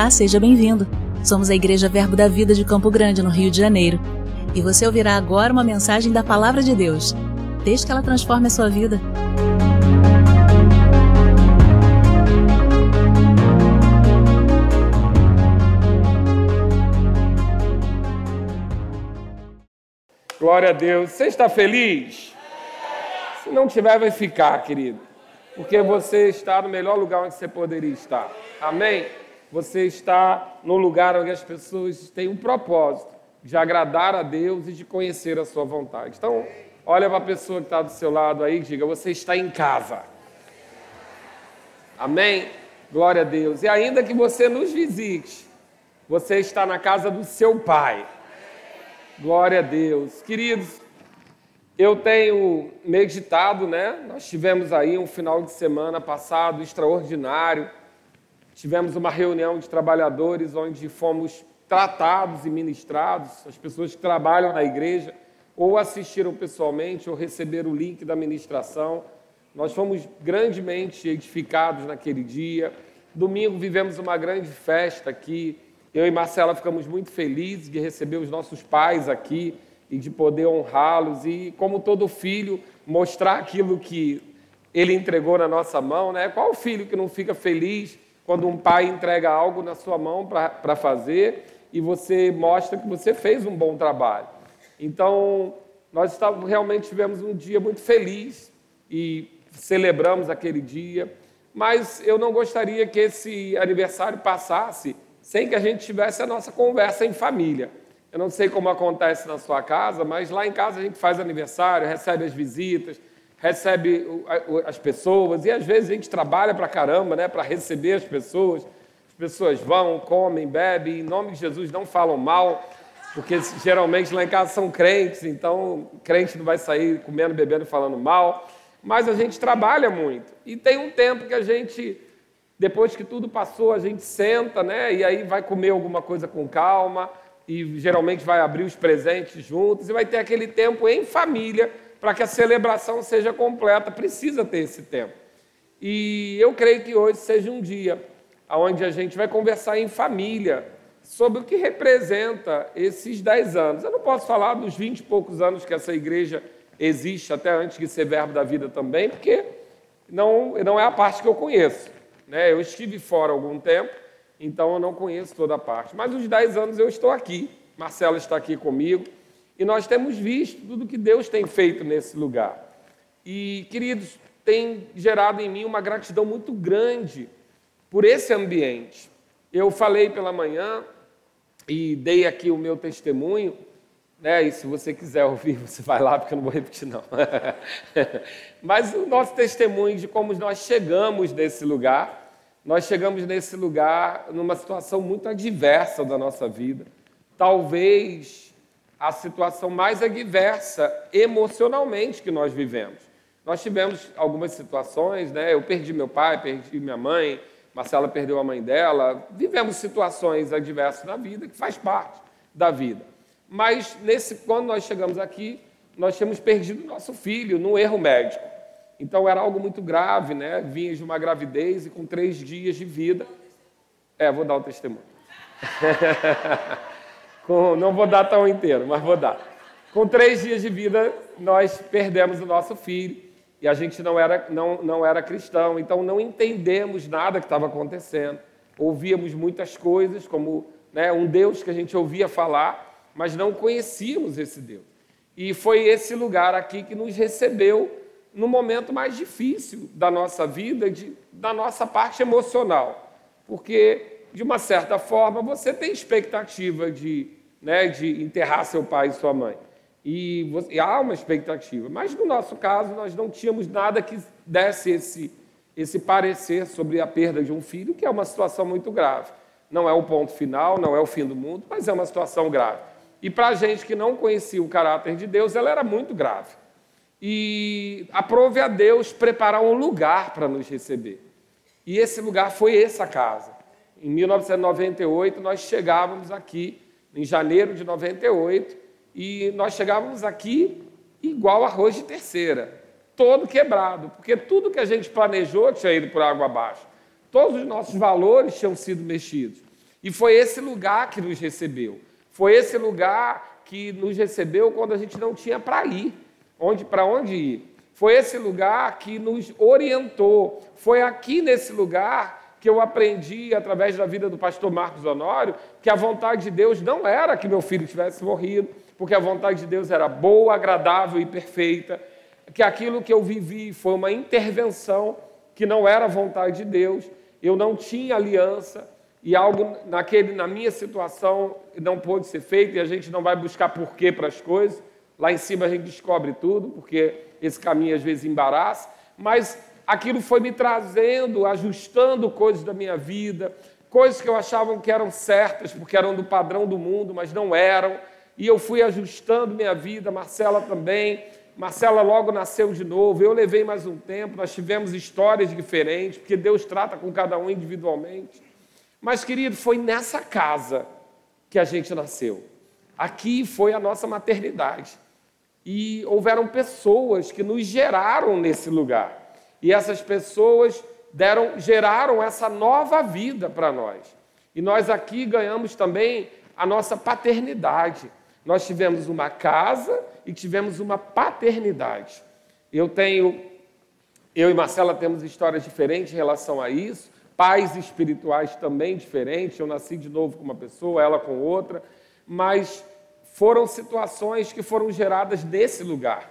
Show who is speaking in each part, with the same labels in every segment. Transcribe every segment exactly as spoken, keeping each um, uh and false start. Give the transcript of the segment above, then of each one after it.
Speaker 1: Olá, seja bem-vindo. Somos a Igreja Verbo da Vida de Campo Grande, no Rio de Janeiro. E você ouvirá agora uma mensagem da Palavra de Deus. Desde que ela transforme a sua vida.
Speaker 2: Glória a Deus. Você está feliz? Se não tiver, vai ficar, querido. Porque você está no melhor lugar onde você poderia estar. Amém? Você está no lugar onde as pessoas têm um propósito de agradar a Deus e de conhecer a sua vontade. Então, olha para a pessoa que está do seu lado aí e diga, você está em casa. Amém? Glória a Deus. E ainda que você nos visite, você está na casa do seu Pai. Glória a Deus. Queridos, eu tenho meditado, né? Nós tivemos aí um final de semana passado extraordinário. Tivemos uma reunião de trabalhadores onde fomos tratados e ministrados. As pessoas que trabalham na igreja ou assistiram pessoalmente ou receberam o link da ministração. Nós fomos grandemente edificados naquele dia. Domingo vivemos uma grande festa aqui. Eu e Marcela ficamos muito felizes de receber os nossos pais aqui e de poder honrá-los e, como todo filho, mostrar aquilo que ele entregou na nossa mão, né? Qual filho que não fica feliz quando um pai entrega algo na sua mão para fazer e você mostra que você fez um bom trabalho? Então, nós estávamos, realmente tivemos um dia muito feliz e celebramos aquele dia, mas eu não gostaria que esse aniversário passasse sem que a gente tivesse a nossa conversa em família. Eu não sei como acontece na sua casa, mas lá em casa a gente faz aniversário, recebe as visitas, recebe as pessoas e às vezes a gente trabalha para caramba, né, para receber as pessoas. As pessoas vão, comem, bebem, em nome de Jesus não falam mal, porque geralmente lá em casa são crentes, então crente não vai sair comendo, bebendo e falando mal, mas a gente trabalha muito. E tem um tempo que a gente, depois que tudo passou, a gente senta, né, e aí vai comer alguma coisa com calma, e geralmente vai abrir os presentes juntos, e vai ter aquele tempo em família, para que a celebração seja completa, precisa ter esse tempo. E eu creio que hoje seja um dia onde a gente vai conversar em família sobre o que representa esses dez anos. Eu não posso falar dos vinte e poucos anos que essa igreja existe, até antes de ser Verbo da Vida também, porque não, não é a parte que eu conheço, né? Eu estive fora algum tempo, então eu não conheço toda a parte. Mas os dez anos eu estou aqui, Marcela está aqui comigo, e nós temos visto tudo que Deus tem feito nesse lugar. E, queridos, tem gerado em mim uma gratidão muito grande por esse ambiente. Eu falei pela manhã e dei aqui o meu testemunho, né? E se você quiser ouvir, você vai lá, porque eu não vou repetir, não. Mas o nosso testemunho de como nós chegamos nesse lugar. Nós chegamos nesse lugar numa situação muito adversa da nossa vida. Talvez a situação mais adversa emocionalmente que nós vivemos. Nós tivemos algumas situações, né? Eu perdi meu pai, perdi minha mãe, Marcela perdeu a mãe dela. Vivemos situações adversas na vida, que faz parte da vida. Mas nesse, quando nós chegamos aqui, nós tínhamos perdido nosso filho num erro médico. Então, era algo muito grave, né? Vinha de uma gravidez e com três dias de vida. É, vou dar o testemunho. com, não vou dar tão inteiro, mas vou dar. Com três dias de vida, nós perdemos o nosso filho e a gente não era, não, não era cristão, então não entendemos nada que estava acontecendo. Ouvíamos muitas coisas, como, né, um Deus que a gente ouvia falar, mas não conhecíamos esse Deus. E foi esse lugar aqui que nos recebeu no momento mais difícil da nossa vida, de, da nossa parte emocional. Porque, de uma certa forma, você tem expectativa de, né, de enterrar seu pai e sua mãe. E, você, e há uma expectativa. Mas, no nosso caso, nós não tínhamos nada que desse esse, esse parecer sobre a perda de um filho, que é uma situação muito grave. Não é o ponto final, não é o fim do mundo, mas é uma situação grave. E, para a gente que não conhecia o caráter de Deus, ela era muito grave. E aprove a Deus preparar um lugar para nos receber. E esse lugar foi essa casa. Em mil novecentos e noventa e oito, nós chegávamos aqui, em janeiro de noventa e oito, e nós chegávamos aqui igual arroz de terceira, todo quebrado, porque tudo que a gente planejou tinha ido por água abaixo. Todos os nossos valores tinham sido mexidos. E foi esse lugar que nos recebeu. Foi esse lugar que nos recebeu quando a gente não tinha para ir, onde, para onde ir. Foi esse lugar que nos orientou. Foi aqui nesse lugar que eu aprendi, através da vida do pastor Marcos Honório, que a vontade de Deus não era que meu filho tivesse morrido, porque a vontade de Deus era boa, agradável e perfeita, que aquilo que eu vivi foi uma intervenção que não era a vontade de Deus, eu não tinha aliança, e algo naquele, na minha situação não pôde ser feito, e a gente não vai buscar porquê para as coisas. Lá em cima a gente descobre tudo, porque esse caminho às vezes embaraça, mas aquilo foi me trazendo, ajustando coisas da minha vida, coisas que eu achava que eram certas, porque eram do padrão do mundo, mas não eram, e eu fui ajustando minha vida, Marcela também. Marcela logo nasceu de novo, eu levei mais um tempo, nós tivemos histórias diferentes, porque Deus trata com cada um individualmente. Mas, querido, foi nessa casa que a gente nasceu. Aqui foi a nossa maternidade. E houveram pessoas que nos geraram nesse lugar. E essas pessoas deram, geraram essa nova vida para nós. E nós aqui ganhamos também a nossa paternidade. Nós tivemos uma casa e tivemos uma paternidade. Eu tenho, eu e Marcela temos histórias diferentes em relação a isso, pais espirituais também diferentes. Eu nasci de novo com uma pessoa, ela com outra, mas foram situações que foram geradas nesse lugar.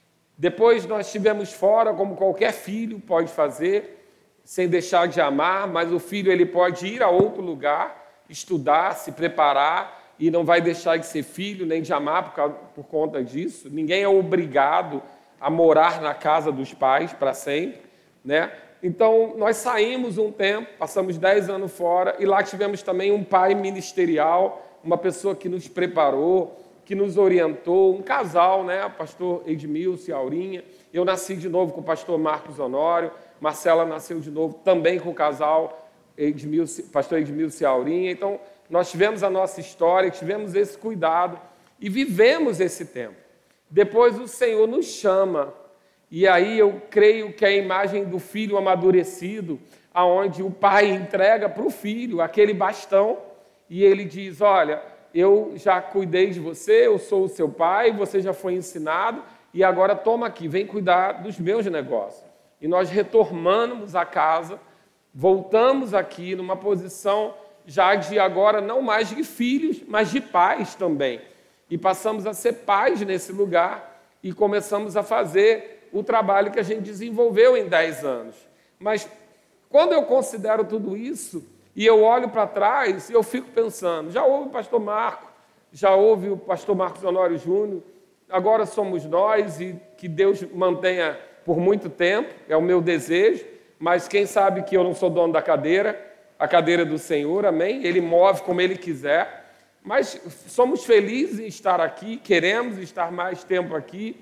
Speaker 2: Depois nós estivemos fora, como qualquer filho pode fazer, sem deixar de amar, mas o filho ele pode ir a outro lugar, estudar, se preparar, e não vai deixar de ser filho, nem de amar por, causa, por conta disso. Ninguém é obrigado a morar na casa dos pais para sempre, né? Então, nós saímos um tempo, passamos dez anos fora, e lá tivemos também um pai ministerial, uma pessoa que nos preparou, que nos orientou, um casal, né? O pastor Edmilson e Aurinha. Eu nasci de novo com o pastor Marcos Honório, Marcela nasceu de novo também com o casal Edmilson, pastor Edmilson e Aurinha. Então, nós tivemos a nossa história, tivemos esse cuidado e vivemos esse tempo. Depois o Senhor nos chama, e aí eu creio que a imagem do filho amadurecido, aonde o pai entrega para o filho aquele bastão, e ele diz: olha, eu já cuidei de você, eu sou o seu pai, você já foi ensinado, e agora toma aqui, vem cuidar dos meus negócios. E nós retornamos à casa, voltamos aqui numa posição já de agora não mais de filhos, mas de pais também. E passamos a ser pais nesse lugar e começamos a fazer o trabalho que a gente desenvolveu em dez anos. Mas quando eu considero tudo isso e eu olho para trás, eu fico pensando, já houve o pastor Marco, já houve o pastor Marcos Honório Júnior, agora somos nós, e que Deus mantenha por muito tempo, é o meu desejo, mas quem sabe que eu não sou dono da cadeira, a cadeira do Senhor, amém? Ele move como Ele quiser, mas somos felizes em estar aqui, queremos estar mais tempo aqui,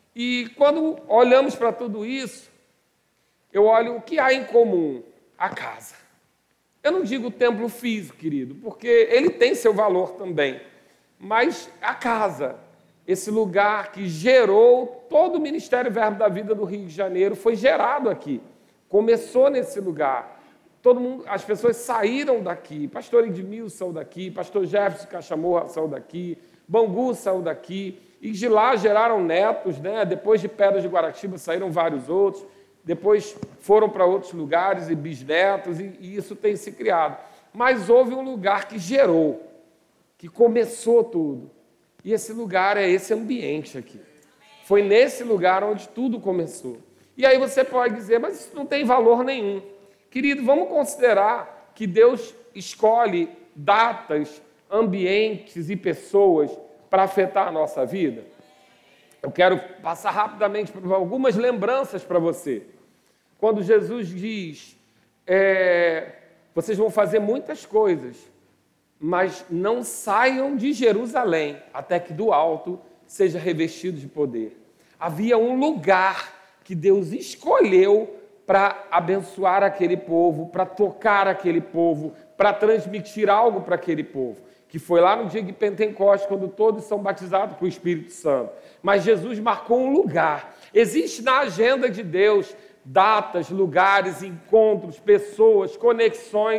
Speaker 2: e quando olhamos para tudo isso, eu olho o que há em comum, a casa. Eu não digo o templo físico, querido, porque ele tem seu valor também, mas a casa, esse lugar que gerou todo o Ministério Verbo da Vida do Rio de Janeiro, foi gerado aqui, começou nesse lugar. Todo mundo, as pessoas saíram daqui, pastor Edmilson saiu daqui, pastor Jefferson Cachamorra saiu daqui, Bangu saiu daqui, e de lá geraram netos, né? Depois de Pedras de Guaratiba saíram vários outros, depois foram para outros lugares e bisnetos, e, e isso tem se criado. Mas houve um lugar que gerou, que começou tudo, e esse lugar é esse ambiente aqui. Foi nesse lugar onde tudo começou. E aí você pode dizer, mas isso não tem valor nenhum. Querido, vamos considerar que Deus escolhe datas, ambientes e pessoas para afetar a nossa vida? Eu quero passar rapidamente por algumas lembranças para você. Quando Jesus diz, é, vocês vão fazer muitas coisas, mas não saiam de Jerusalém até que do alto seja revestido de poder. Havia um lugar que Deus escolheu para abençoar aquele povo, para tocar aquele povo, para transmitir algo para aquele povo, que foi lá no dia de Pentecostes, quando todos são batizados com o Espírito Santo. Mas Jesus marcou um lugar. Existe na agenda de Deus datas, lugares, encontros, pessoas, conexões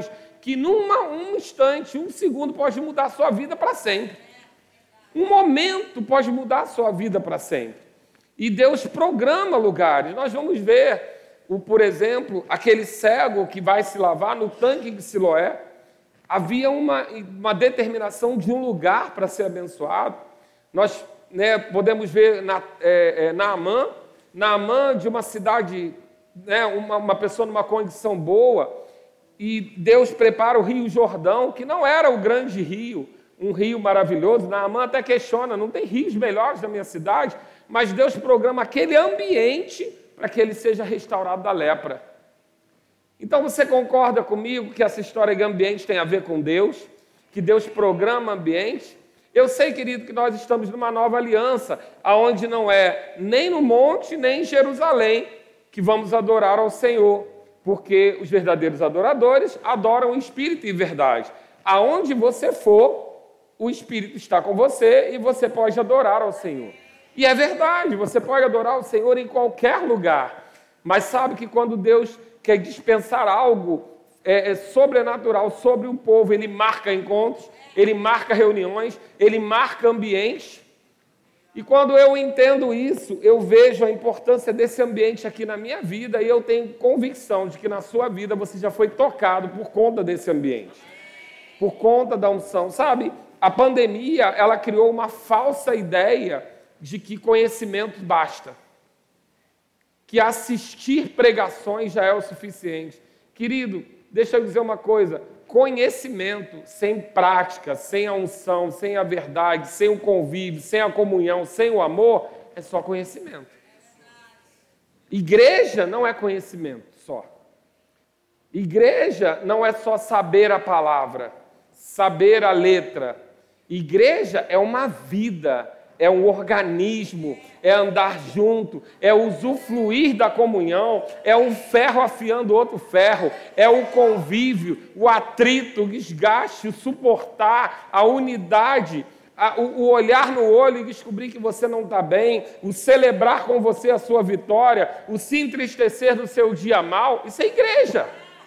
Speaker 2: que num um instante, um segundo pode mudar a sua vida para sempre. Um momento pode mudar a sua vida para sempre. E Deus programa lugares. Nós vamos ver, o, por exemplo, aquele cego que vai se lavar no tanque de Siloé. Havia uma, uma determinação de um lugar para ser abençoado. Nós né, podemos ver na, é, é, Naamã, Naamã de uma cidade, né, uma, uma pessoa numa condição boa, e Deus prepara o Rio Jordão, que não era o grande rio, um rio maravilhoso. Naamã até questiona, não tem rios melhores na minha cidade, mas Deus programa aquele ambiente para que ele seja restaurado da lepra. Então você concorda comigo que essa história de ambiente tem a ver com Deus? Que Deus programa ambiente? Eu sei, querido, que nós estamos numa nova aliança, aonde não é nem no monte, nem em Jerusalém que vamos adorar ao Senhor, porque os verdadeiros adoradores adoram em espírito e verdade. Aonde você for, o Espírito está com você e você pode adorar ao Senhor. E é verdade, você pode adorar o Senhor em qualquer lugar, mas sabe que quando Deus quer dispensar algo é, é sobrenatural sobre o povo, ele marca encontros, ele marca reuniões, ele marca ambientes. E quando eu entendo isso, eu vejo a importância desse ambiente aqui na minha vida e eu tenho convicção de que na sua vida você já foi tocado por conta desse ambiente, por conta da unção. Sabe, a pandemia, ela criou uma falsa ideia de que conhecimento basta, que assistir pregações já é o suficiente. Querido, deixa eu dizer uma coisa, conhecimento sem prática, sem a unção, sem a verdade, sem o convívio, sem a comunhão, sem o amor, é só conhecimento. Igreja não é conhecimento só. Igreja não é só saber a palavra, saber a letra. Igreja é uma vida, é um organismo, é andar junto, é usufruir da comunhão, é um ferro afiando outro ferro, é o convívio, o atrito, o desgaste, o suportar, a unidade, a, o, o olhar no olho e descobrir que você não está bem, o celebrar com você a sua vitória, o se entristecer do seu dia mal. Isso é igreja.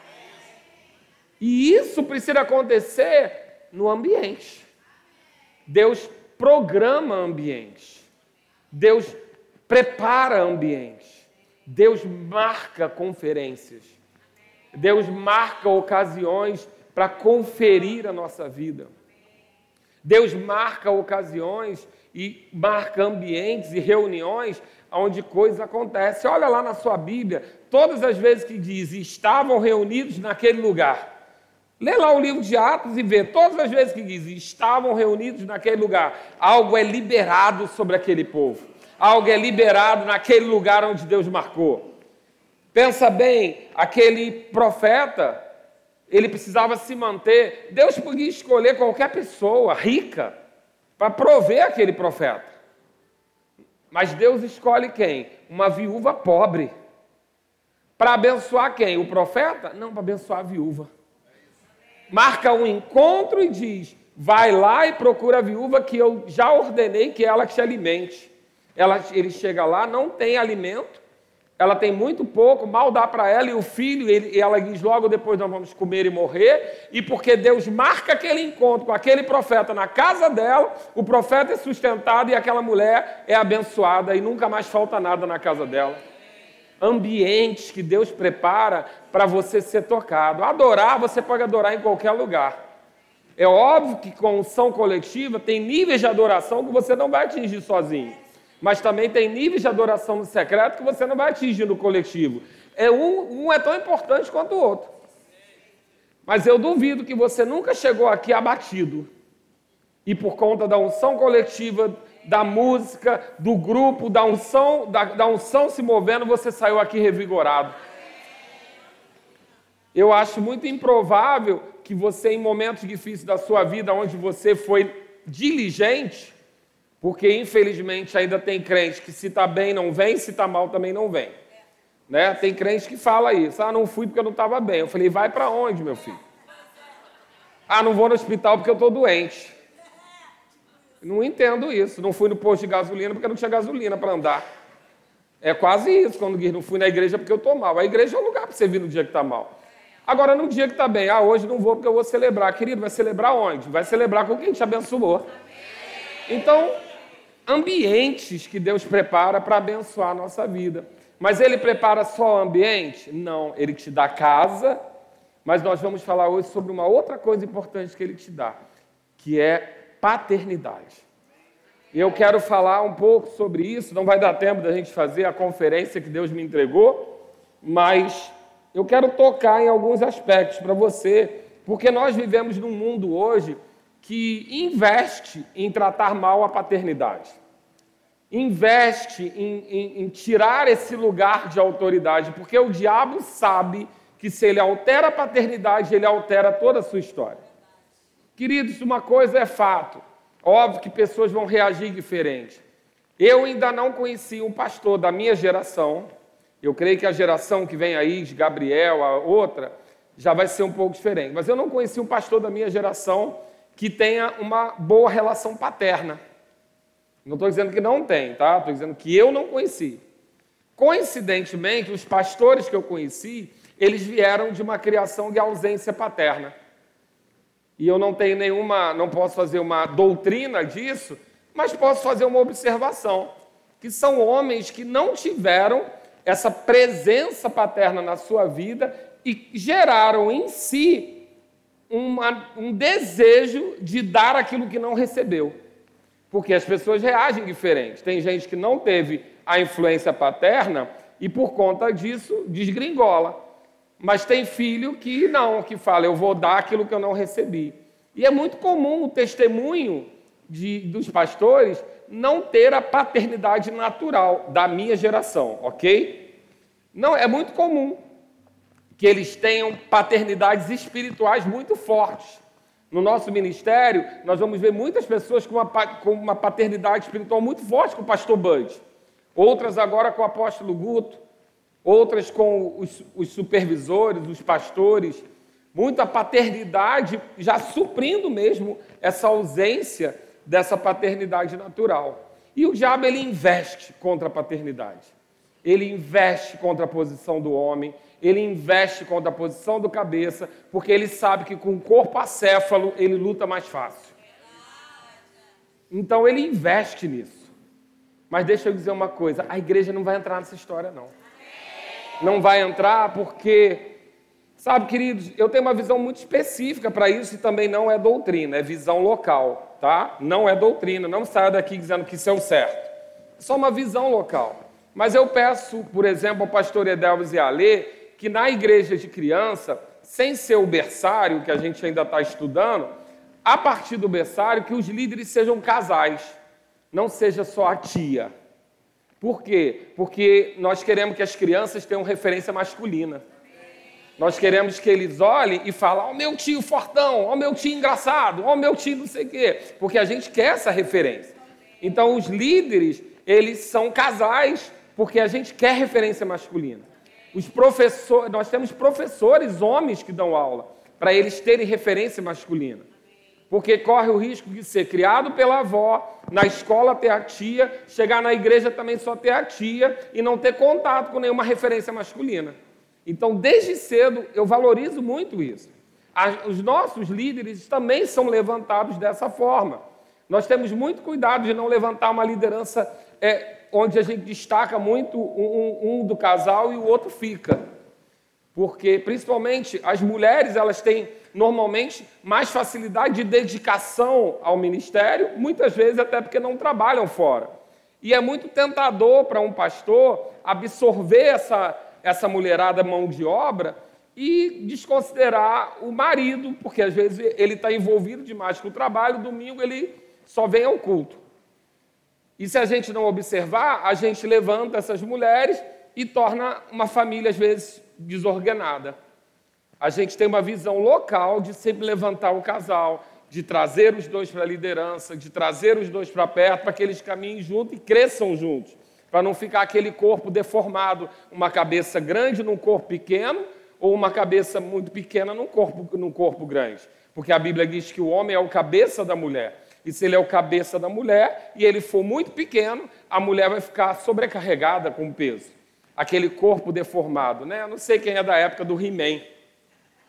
Speaker 2: E isso precisa acontecer no ambiente. Deus programa ambientes, Deus prepara ambientes, Deus marca conferências, Deus marca ocasiões para conferir a nossa vida, Deus marca ocasiões e marca ambientes e reuniões onde coisas acontecem. Olha lá na sua Bíblia, todas as vezes que diz, estavam reunidos naquele lugar. Lê lá o livro de Atos e vê, todas as vezes que diz, estavam reunidos naquele lugar, algo é liberado sobre aquele povo, algo é liberado naquele lugar onde Deus marcou. Pensa bem, aquele profeta, ele precisava se manter, Deus podia escolher qualquer pessoa rica para prover aquele profeta, mas Deus escolhe quem? Uma viúva pobre, para abençoar quem? O profeta? Não, para abençoar a viúva. Marca um encontro e diz, vai lá e procura a viúva que eu já ordenei que ela te alimente. Ela, ele chega lá, não tem alimento, ela tem muito pouco, mal dá para ela, e o filho, ele, ela diz, logo depois nós vamos comer e morrer, e porque Deus marca aquele encontro com aquele profeta na casa dela, o profeta é sustentado e aquela mulher é abençoada e nunca mais falta nada na casa dela. Ambientes que Deus prepara para você ser tocado. Adorar, você pode adorar em qualquer lugar. É óbvio que com unção coletiva tem níveis de adoração que você não vai atingir sozinho, mas também tem níveis de adoração no secreto que você não vai atingir no coletivo. É um, um é tão importante quanto o outro. Mas eu duvido que você nunca chegou aqui abatido e por conta da unção coletiva, da música, do grupo, da unção, da, da unção se movendo, você saiu aqui revigorado. Eu acho muito improvável que você, em momentos difíceis da sua vida, onde você foi diligente, porque infelizmente ainda tem crente que se está bem não vem, se está mal também não vem. Né? Tem crente que fala isso, ah, não fui porque eu não estava bem. Eu falei, vai para onde, meu filho? Ah, não vou no hospital porque eu estou doente. Não entendo isso. Não fui no posto de gasolina porque não tinha gasolina para andar. É quase isso quando diz, não fui na igreja porque eu estou mal. A igreja é um lugar para você vir no dia que está mal. Agora, no dia que está bem, ah, hoje não vou porque eu vou celebrar. Querido, vai celebrar onde? Vai celebrar com quem te abençoou. Então, ambientes que Deus prepara para abençoar a nossa vida. Mas Ele prepara só o ambiente? Não, Ele te dá casa, mas nós vamos falar hoje sobre uma outra coisa importante que Ele te dá, que é paternidade. E eu quero falar um pouco sobre isso, não vai dar tempo da gente fazer a conferência que Deus me entregou, mas eu quero tocar em alguns aspectos para você, porque nós vivemos num mundo hoje que investe em tratar mal a paternidade. Investe em, em, em tirar esse lugar de autoridade, porque o diabo sabe que se ele altera a paternidade, ele altera toda a sua história. Queridos, uma coisa é fato, óbvio que pessoas vão reagir diferente. Eu ainda não conheci um pastor da minha geração, eu creio que a geração que vem aí, de Gabriel, a outra, já vai ser um pouco diferente, mas eu não conheci um pastor da minha geração que tenha uma boa relação paterna. Não estou dizendo que não tem, tá? Estou dizendo que eu não conheci. Coincidentemente, os pastores que eu conheci, eles vieram de uma criação de ausência paterna. E eu não tenho nenhuma, não posso fazer uma doutrina disso, mas posso fazer uma observação, que são homens que não tiveram essa presença paterna na sua vida e geraram em si Uma, um desejo de dar aquilo que não recebeu. Porque as pessoas reagem diferente. Tem gente que não teve a influência paterna e, por conta disso, desgringola. Mas tem filho que não, que fala, eu vou dar aquilo que eu não recebi. E é muito comum o testemunho de, dos pastores não ter a paternidade natural da minha geração, ok? Não, é muito comum que eles tenham paternidades espirituais muito fortes. No nosso ministério, nós vamos ver muitas pessoas com uma, com uma paternidade espiritual muito forte com o pastor Bud, outras agora com o apóstolo Guto, outras com os, os supervisores, os pastores, muita paternidade já suprindo mesmo essa ausência dessa paternidade natural. E o diabo, ele investe contra a paternidade. Ele investe contra a posição do homem, ele investe contra a posição do cabeça, porque ele sabe que com o corpo acéfalo ele luta mais fácil. Então ele investe nisso. Mas deixa eu dizer uma coisa, a igreja não vai entrar nessa história, não. Não vai entrar porque, sabe, queridos, eu tenho uma visão muito específica para isso e também não é doutrina, é visão local, tá? Não é doutrina, não saia daqui dizendo que isso é o certo. É só uma visão local. Mas eu peço, por exemplo, ao pastor Edelvis e a Alê, que na igreja de criança, sem ser o berçário, que a gente ainda está estudando, a partir do berçário, que os líderes sejam casais, não seja só a tia. Por quê? Porque nós queremos que as crianças tenham referência masculina. Nós queremos que eles olhem e falem, ó, oh, meu tio fortão, ó, oh, meu tio engraçado, ó, oh, meu tio não sei o quê, porque a gente quer essa referência. Então, os líderes, eles são casais, porque a gente quer referência masculina. Os professores, nós temos professores homens que dão aula, para eles terem referência masculina. Porque corre o risco de ser criado pela avó, na escola ter a tia, chegar na igreja também só ter a tia e não ter contato com nenhuma referência masculina. Então, desde cedo, eu valorizo muito isso. Os nossos líderes também são levantados dessa forma. Nós temos muito cuidado de não levantar uma liderança é, onde a gente destaca muito um, um, um do casal e o outro fica. Porque, principalmente, as mulheres, elas têm, normalmente, mais facilidade de dedicação ao ministério, muitas vezes até porque não trabalham fora. E é muito tentador para um pastor absorver essa, essa mulherada mão de obra e desconsiderar o marido, porque, às vezes, ele está envolvido demais com o trabalho, domingo ele só vem ao culto. E se a gente não observar, a gente levanta essas mulheres e torna uma família, às vezes, desordenada. A gente tem uma visão local de sempre levantar o casal, de trazer os dois para a liderança, de trazer os dois para perto, para que eles caminhem juntos e cresçam juntos, para não ficar aquele corpo deformado, uma cabeça grande num corpo pequeno, ou uma cabeça muito pequena num corpo, num corpo grande. Porque a Bíblia diz que o homem é o cabeça da mulher. E se ele é o cabeça da mulher e ele for muito pequeno, a mulher vai ficar sobrecarregada com o peso. Aquele corpo deformado, né? Eu não sei quem é da época do He-Man.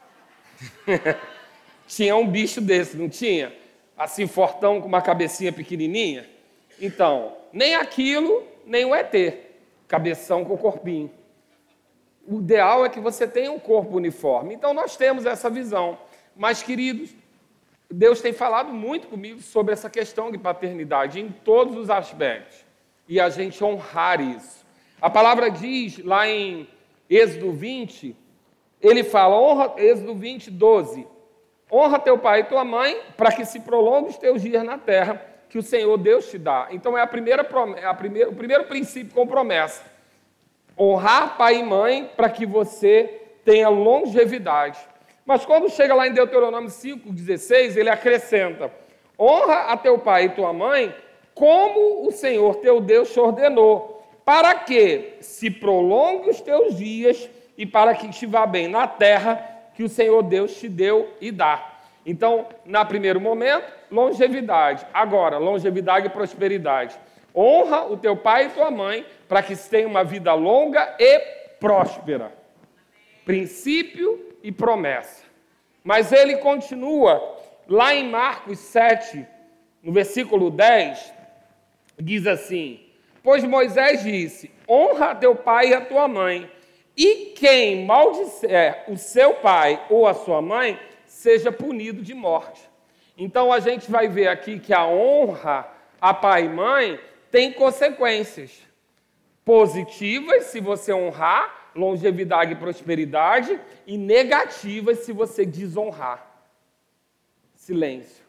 Speaker 2: Tinha um bicho desse, não tinha? Assim, fortão, com uma cabecinha pequenininha. Então, nem aquilo, nem o E T. Cabeção com o corpinho. O ideal é que você tenha um corpo uniforme. Então, nós temos essa visão. Mas, queridos, Deus tem falado muito comigo sobre essa questão de paternidade em todos os aspectos. E a gente honrar isso. A palavra diz, lá em Êxodo vinte, ele fala, honra, Êxodo vinte, doze, honra teu pai e tua mãe, para que se prolongue os teus dias na terra, que o Senhor Deus te dá. Então, é, a primeira, é a primeira, o primeiro princípio com promessa. Honrar pai e mãe para que você tenha longevidade. Mas quando chega lá em Deuteronômio cinco, dezesseis, ele acrescenta, honra a teu pai e tua mãe, como o Senhor teu Deus te ordenou, para que se prolongue os teus dias e para que te vá bem na terra que o Senhor Deus te deu e dá. Então, no primeiro momento, longevidade. Agora, longevidade e prosperidade. Honra o teu pai e tua mãe para que se tenha uma vida longa e próspera. Princípio e promessa. Mas ele continua, lá em Marcos sete, no versículo dez, diz assim, pois Moisés disse, honra a teu pai e a tua mãe, e quem maldisser o seu pai ou a sua mãe, seja punido de morte. Então, a gente vai ver aqui que a honra a pai e mãe tem consequências positivas, se você honrar, longevidade e prosperidade, e negativas, se você desonrar. Silêncio.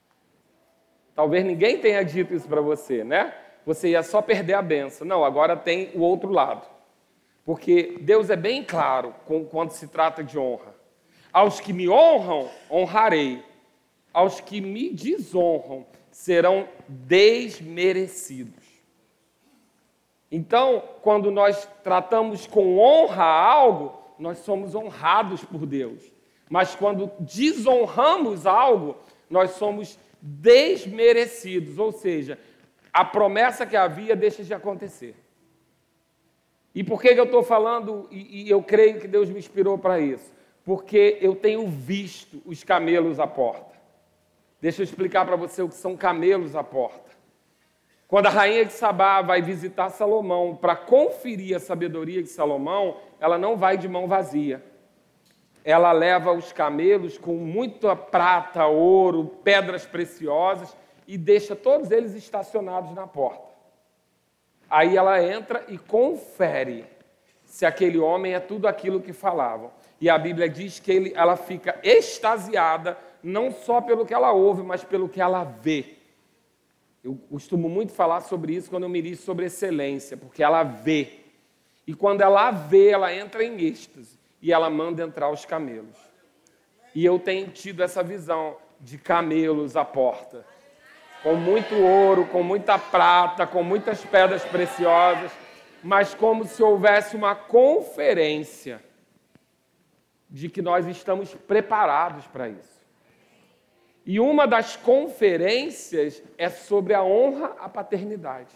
Speaker 2: Talvez ninguém tenha dito isso para você, né? Você ia só perder a bênção. Não, agora tem o outro lado. Porque Deus é bem claro quando se trata de honra. Aos que me honram, honrarei. Aos que me desonram, serão desmerecidos. Então, quando nós tratamos com honra algo, nós somos honrados por Deus. Mas quando desonramos algo, nós somos desmerecidos. Ou seja, a promessa que havia deixa de acontecer. E por que eu estou falando, e, e eu creio que Deus me inspirou para isso? Porque eu tenho visto os camelos à porta. Deixa eu explicar para você o que são camelos à porta. Quando a rainha de Sabá vai visitar Salomão para conferir a sabedoria de Salomão, ela não vai de mão vazia. Ela leva os camelos com muita prata, ouro, pedras preciosas e deixa todos eles estacionados na porta. Aí ela entra e confere se aquele homem é tudo aquilo que falavam. E a Bíblia diz que ele, ela fica extasiada, não só pelo que ela ouve, mas pelo que ela vê. Eu costumo muito falar sobre isso quando eu ministro sobre excelência, porque ela vê. E quando ela vê, ela entra em êxtase e ela manda entrar os camelos. E eu tenho tido essa visão de camelos à porta, com muito ouro, com muita prata, com muitas pedras preciosas, mas como se houvesse uma conferência de que nós estamos preparados para isso. E uma das conferências é sobre a honra à paternidade.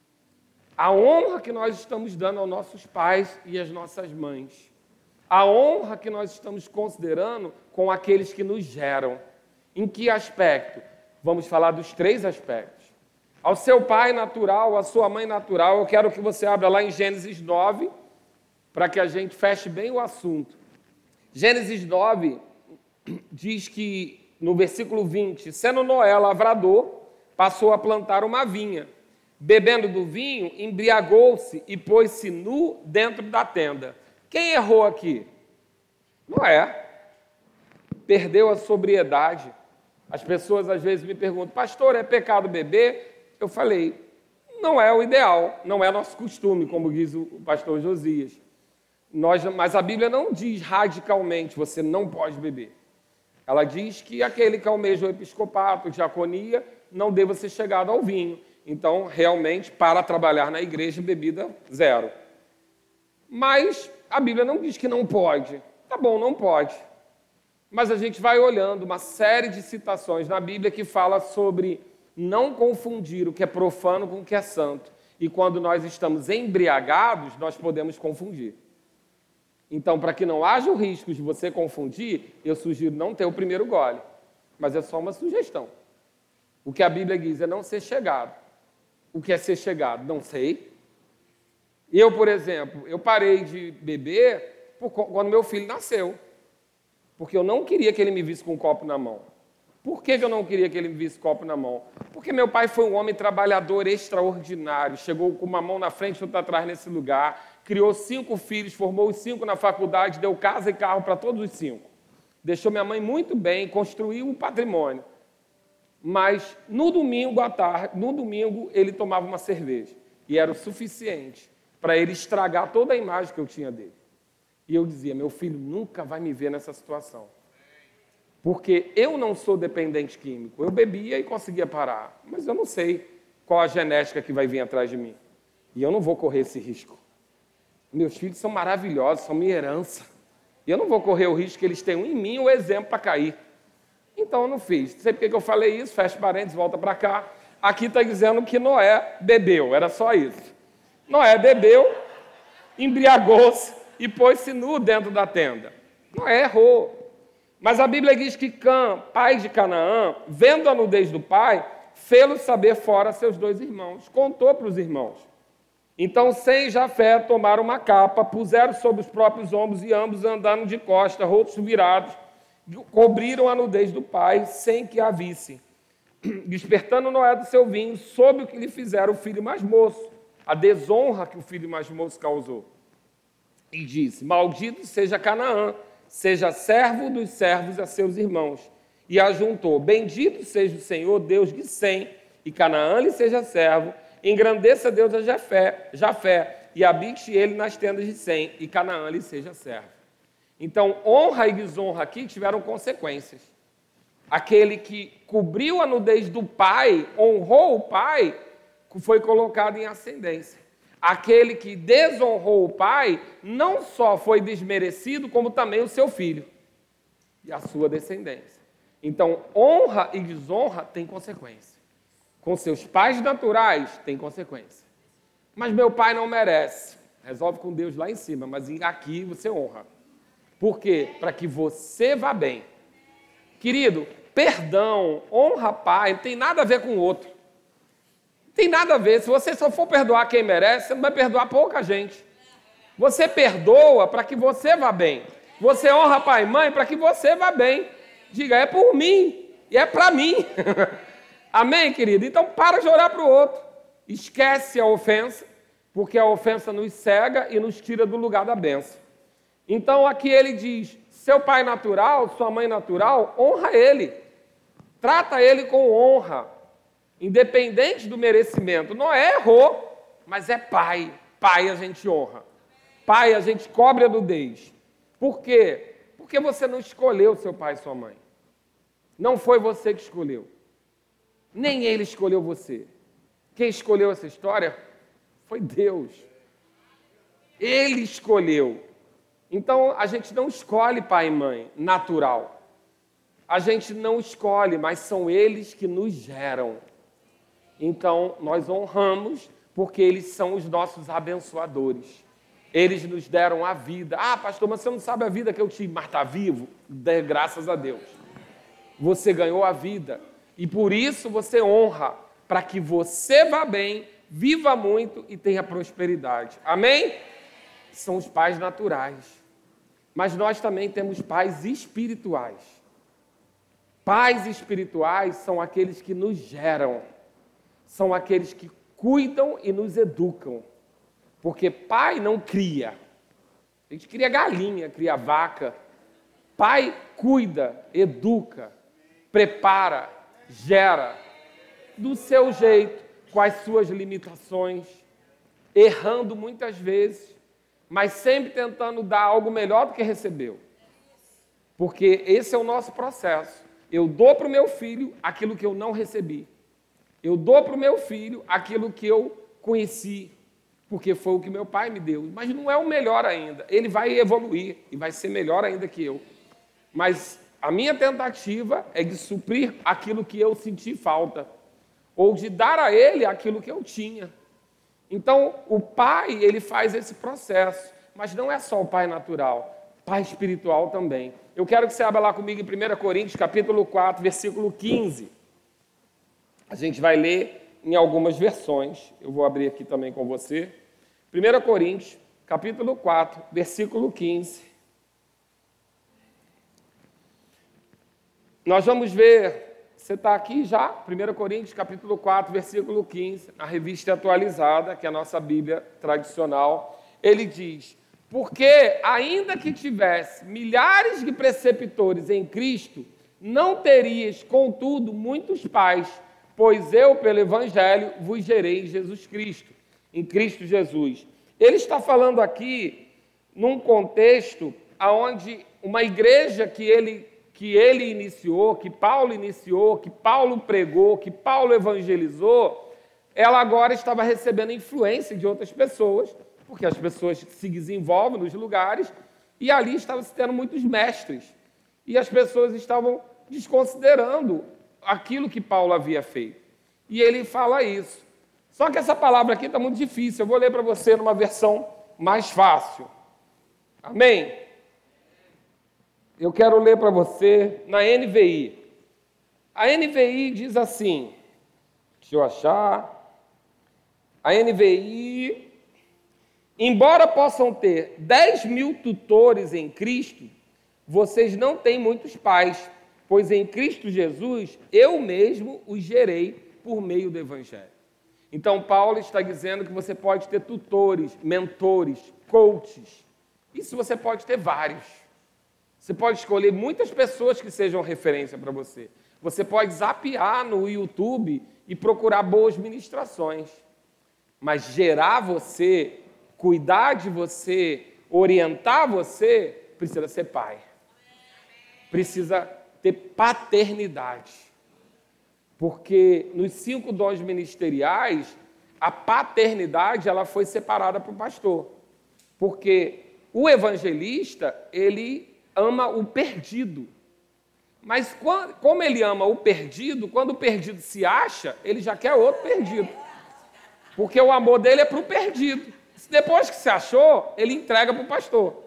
Speaker 2: A honra que nós estamos dando aos nossos pais e às nossas mães. A honra que nós estamos considerando com aqueles que nos geram. Em que aspecto? Vamos falar dos três aspectos. Ao seu pai natural, à sua mãe natural, eu quero que você abra lá em Gênesis nove, para que a gente feche bem o assunto. Gênesis nove diz que, no versículo vinte, sendo Noé lavrador, passou a plantar uma vinha. Bebendo do vinho, embriagou-se e pôs-se nu dentro da tenda. Quem errou aqui? Noé. Perdeu a sobriedade. As pessoas às vezes me perguntam, pastor, é pecado beber? Eu falei, não é o ideal, não é nosso costume, como diz o pastor Josias. Nós, mas a Bíblia não diz radicalmente, você não pode beber. Ela diz que aquele que almeja o episcopato, diaconia, não deva ser chegado ao vinho. Então, realmente, para trabalhar na igreja, bebida zero. Mas a Bíblia não diz que não pode. Tá bom, não pode. Mas a gente vai olhando uma série de citações na Bíblia que fala sobre não confundir o que é profano com o que é santo. E quando nós estamos embriagados, nós podemos confundir. Então, para que não haja o risco de você confundir, eu sugiro não ter o primeiro gole. Mas é só uma sugestão. O que a Bíblia diz é não ser chegado. O que é ser chegado? Não sei. Eu, por exemplo, eu parei de beber quando meu filho nasceu. Porque eu não queria que ele me visse com um copo na mão. Por que eu não queria que ele me visse copo na mão? Porque meu pai foi um homem trabalhador extraordinário. Chegou com uma mão na frente e outra atrás nesse lugar. Criou cinco filhos, formou os cinco na faculdade, deu casa e carro para todos os cinco. Deixou minha mãe muito bem, construiu um patrimônio. Mas no domingo à tarde, no domingo, ele tomava uma cerveja. E era o suficiente para ele estragar toda a imagem que eu tinha dele. E eu dizia, meu filho nunca vai me ver nessa situação. Porque eu não sou dependente químico. Eu bebia e conseguia parar. Mas eu não sei qual a genética que vai vir atrás de mim. E eu não vou correr esse risco. Meus filhos são maravilhosos, são minha herança. E eu não vou correr o risco que eles tenham em mim o exemplo para cair. Então eu não fiz. Não sei por que eu falei isso, fecha parênteses, volta para cá. Aqui está dizendo que Noé bebeu, era só isso. Noé bebeu, embriagou-se e pôs-se nu dentro da tenda. Noé errou. Mas a Bíblia diz que Cã, pai de Canaã, vendo a nudez do pai, fê-lo saber fora seus dois irmãos. Contou para os irmãos. Então Sem e Jafé tomaram uma capa, puseram sobre os próprios ombros e ambos andando de costa, rostos virados, cobriram a nudez do pai sem que a visse. Despertando Noé do seu vinho, soube o que lhe fizeram o filho mais moço, a desonra que o filho mais moço causou. E disse, maldito seja Canaã, seja servo dos servos a seus irmãos. E ajuntou, bendito seja o Senhor, Deus de Sem, e Canaã lhe seja servo, engrandeça Deus a Jafé, Jafé e habite ele nas tendas de Sem, e Canaã lhe seja servo. Então, honra e desonra aqui tiveram consequências. Aquele que cobriu a nudez do pai, honrou o pai, foi colocado em ascendência. Aquele que desonrou o pai, não só foi desmerecido, como também o seu filho e a sua descendência. Então, honra e desonra têm consequência. Com seus pais naturais, tem consequência. Mas meu pai não merece. Resolve com Deus lá em cima, mas aqui você honra. Por quê? Para que você vá bem. Querido, perdão, honra pai, não tem nada a ver com o outro. Não tem nada a ver. Se você só for perdoar quem merece, você não vai perdoar pouca gente. Você perdoa para que você vá bem. Você honra pai e mãe para que você vá bem. Diga, é por mim e é para mim. Amém, querido? Então, para de orar para o outro. Esquece a ofensa, porque a ofensa nos cega e nos tira do lugar da bênção. Então, aqui ele diz, seu pai natural, sua mãe natural, honra ele. Trata ele com honra, independente do merecimento. Noé errou, mas é pai. Pai a gente honra. Pai a gente cobre a nudez. Por quê? Porque você não escolheu seu pai e sua mãe. Não foi você que escolheu. Nem ele escolheu você. Quem escolheu essa história foi Deus. Ele escolheu. Então, a gente não escolhe pai e mãe natural. A gente não escolhe, mas são eles que nos geram. Então, nós honramos porque eles são os nossos abençoadores. Eles nos deram a vida. Ah, pastor, mas você não sabe a vida que eu tive, mas está vivo? Dê graças a Deus. Você ganhou a vida. E por isso você honra, para que você vá bem, viva muito e tenha prosperidade. Amém? São os pais naturais. Mas nós também temos pais espirituais. Pais espirituais são aqueles que nos geram. São aqueles que cuidam e nos educam. Porque pai não cria. A gente cria galinha, cria vaca. Pai cuida, educa, prepara, gera do seu jeito, com as suas limitações, errando muitas vezes, mas sempre tentando dar algo melhor do que recebeu. Porque esse é o nosso processo. Eu dou para o meu filho aquilo que eu não recebi. Eu dou para o meu filho aquilo que eu conheci, porque foi o que meu pai me deu. Mas não é o melhor ainda. Ele vai evoluir e vai ser melhor ainda que eu. Mas a minha tentativa é de suprir aquilo que eu senti falta, ou de dar a ele aquilo que eu tinha. Então, o pai, ele faz esse processo, Mas não é só o pai natural, pai espiritual também. Eu quero que você abra lá comigo em primeira Coríntios, capítulo quatro, versículo quinze. A gente vai ler em algumas versões. Eu vou abrir aqui também com você. primeira Coríntios, capítulo quatro, versículo quinze. Nós vamos ver, você está aqui já, primeira Coríntios, capítulo quatro, versículo quinze, a revista atualizada, que é a nossa Bíblia tradicional. Ele diz: porque, ainda que tivesse milhares de preceptores em Cristo, não terias, contudo, muitos pais, pois eu, pelo Evangelho, vos gerei em Jesus Cristo, em Cristo Jesus. Ele está falando aqui num contexto onde uma igreja que ele, que ele iniciou, que Paulo iniciou, que Paulo pregou, que Paulo evangelizou, ela agora estava recebendo influência de outras pessoas, porque as pessoas se desenvolvem nos lugares, e ali estavam se tendo muitos mestres. E as pessoas estavam desconsiderando aquilo que Paulo havia feito. E ele fala isso. Só que essa palavra aqui está muito difícil. Eu vou ler para você numa versão mais fácil. Amém? Eu quero ler para você na N V I. A N V I diz assim, deixa eu achar. A N V I... Embora possam ter dez mil tutores em Cristo, vocês não têm muitos pais, pois em Cristo Jesus eu mesmo os gerei por meio do Evangelho. Então, Paulo está dizendo que você pode ter tutores, mentores, coaches. Isso você pode ter vários. Você pode escolher muitas pessoas que sejam referência para você. Você pode zapear no YouTube e procurar boas ministrações. Mas gerar você, cuidar de você, orientar você, precisa ser pai. Precisa ter paternidade. Porque nos cinco dons ministeriais, a paternidade ela foi separada para o pastor. Porque o evangelista, ele ama o perdido. Mas quando, como ele ama o perdido, quando o perdido se acha, ele já quer outro perdido. Porque o amor dele é para o perdido. Depois que se achou, ele entrega para o pastor.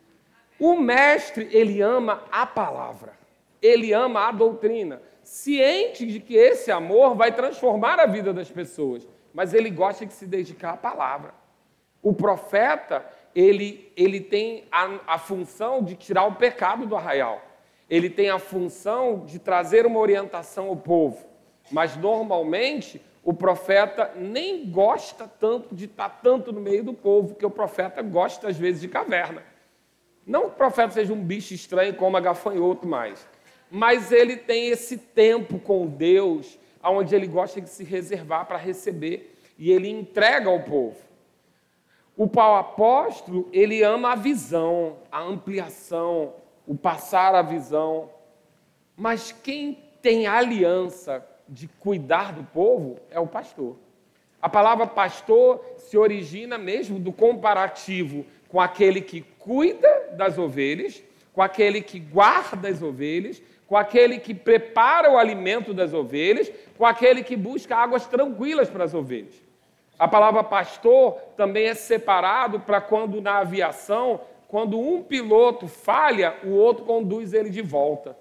Speaker 2: O mestre, ele ama a palavra. Ele ama a doutrina. Ciente de que esse amor vai transformar a vida das pessoas. Mas ele gosta de se dedicar à palavra. O profeta, ele, ele tem a, a função de tirar o pecado do arraial. Ele tem a função de trazer uma orientação ao povo. Mas, normalmente, o profeta nem gosta tanto de estar tanto no meio do povo, porque o profeta gosta, às vezes, de caverna. Não que o profeta seja um bicho estranho como a gafanhoto mais, mas ele tem esse tempo com Deus, onde ele gosta de se reservar para receber, e ele entrega ao povo. O Paulo apóstolo, ele ama a visão, a ampliação, o passar a visão. Mas quem tem a aliança de cuidar do povo é o pastor. A palavra pastor se origina mesmo do comparativo com aquele que cuida das ovelhas, com aquele que guarda as ovelhas, com aquele que prepara o alimento das ovelhas, com aquele que busca águas tranquilas para as ovelhas. A palavra pastor também é separado para quando na aviação, quando um piloto falha, o outro conduz ele de volta.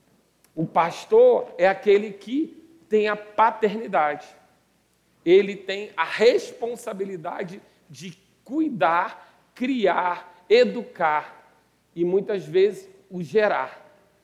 Speaker 2: O pastor é aquele que tem a paternidade. Ele tem a responsabilidade de cuidar, criar, educar e muitas vezes o gerar.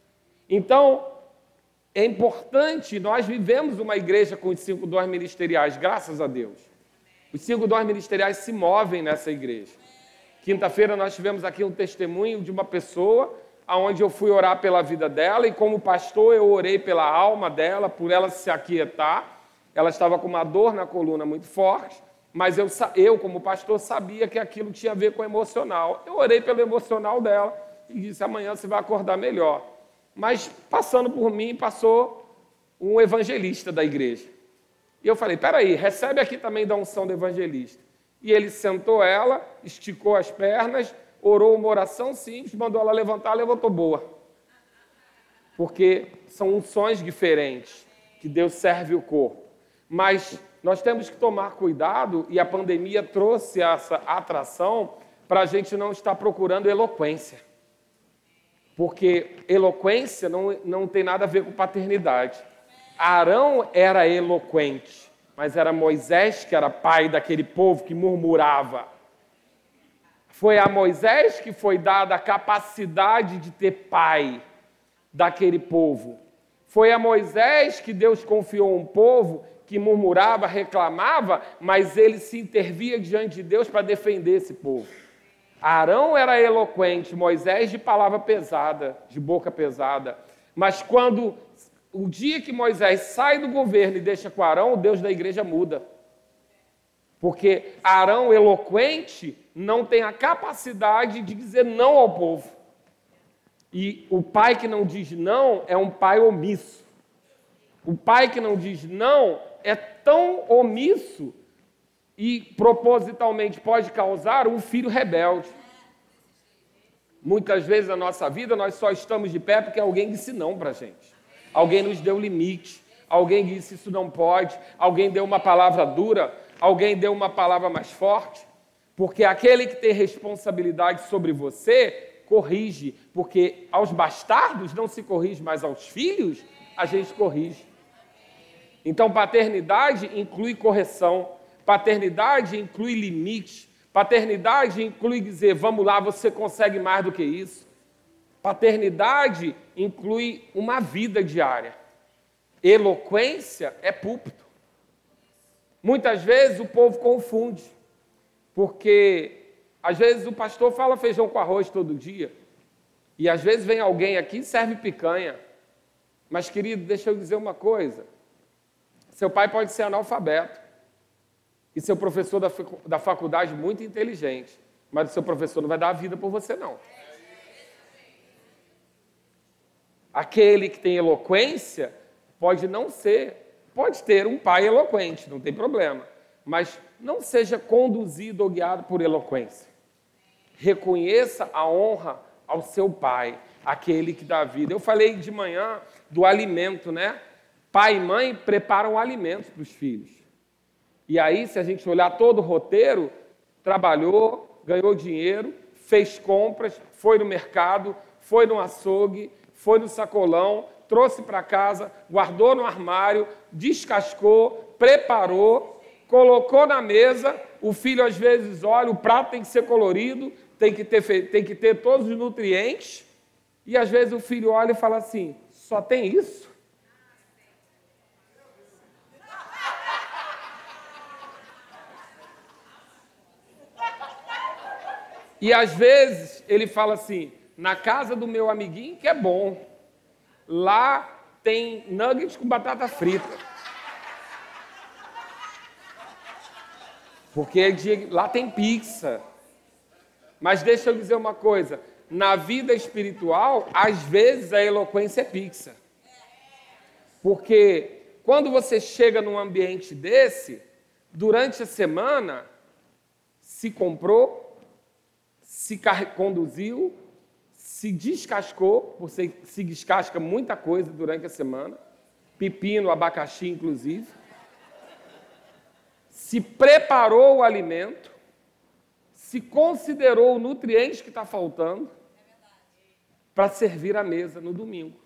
Speaker 2: Então, é importante, nós vivemos uma igreja com os cinco dons ministeriais, graças a Deus. Os cinco dons ministeriais se movem nessa igreja. Quinta-feira nós tivemos aqui um testemunho de uma pessoa onde eu fui orar pela vida dela e como pastor eu orei pela alma dela, por ela se aquietar. Ela estava com uma dor na coluna muito forte, mas eu, eu como pastor, sabia que aquilo tinha a ver com o emocional. Eu orei pelo emocional dela e disse, amanhã você vai acordar melhor. Mas passando por mim, passou um evangelista da igreja. E eu falei, peraí, recebe aqui também da unção do evangelista. E ele sentou ela, esticou as pernas, orou uma oração simples, mandou ela levantar, levantou boa. Porque são unções diferentes, que Deus serve o corpo. Mas nós temos que tomar cuidado, e a pandemia trouxe essa atração, para a gente não estar procurando eloquência. Porque eloquência não, não tem nada a ver com paternidade. Arão era eloquente, mas era Moisés que era pai daquele povo que murmurava. Foi a Moisés que foi dada a capacidade de ter pai daquele povo. Foi a Moisés que Deus confiou um povo que murmurava, reclamava, mas ele se intervia diante de Deus para defender esse povo. Arão era eloquente, Moisés de palavra pesada, de boca pesada. Mas quando o dia que Moisés sai do governo e deixa com Arão, o Deus da igreja muda. Porque Arão eloquente não tem a capacidade de dizer não ao povo. E o pai que não diz não é um pai omisso. O pai que não diz não é tão omisso e propositalmente pode causar um filho rebelde. Muitas vezes na nossa vida nós só estamos de pé porque alguém disse não para a gente. Alguém nos deu limite, alguém disse isso não pode, alguém deu uma palavra dura, alguém deu uma palavra mais forte. Porque aquele que tem responsabilidade sobre você, corrige. Porque aos bastardos não se corrige, mas aos filhos a gente corrige. Então paternidade inclui correção. Paternidade inclui limite. Paternidade inclui dizer, vamos lá, você consegue mais do que isso. Paternidade inclui uma vida diária. Eloquência é púlpito. Muitas vezes o povo confunde, porque às vezes o pastor fala feijão com arroz todo dia, e às vezes vem alguém aqui e serve picanha. Mas, querido, deixa eu dizer uma coisa. Seu pai pode ser analfabeto, e seu professor da, da faculdade muito inteligente, mas o seu professor não vai dar a vida por você, não. Aquele que tem eloquência pode não ser, pode ter um pai eloquente, não tem problema, mas não seja conduzido ou guiado por eloquência. Reconheça a honra ao seu pai, aquele que dá a vida. Eu falei de manhã do alimento, né? Pai e mãe preparam alimentos para os filhos. E aí, se a gente olhar todo o roteiro, trabalhou, ganhou dinheiro, fez compras, foi no mercado, foi no açougue, foi no sacolão, trouxe para casa, guardou no armário, descascou, preparou, colocou na mesa. O filho às vezes olha, o prato tem que ser colorido, tem que ter, tem que ter todos os nutrientes. E às vezes o filho olha e fala assim, só tem isso? E às vezes ele fala assim, na casa do meu amiguinho que é bom, lá tem nuggets com batata frita. Porque lá tem pizza. Mas deixa eu dizer uma coisa, na vida espiritual, às vezes a eloquência é pizza. Porque quando você chega num ambiente desse, durante a semana, se comprou, se conduziu, se descascou, você se descasca muita coisa durante a semana, pepino, abacaxi, inclusive. Se preparou o alimento, se considerou o nutriente que está faltando para servir a mesa no domingo.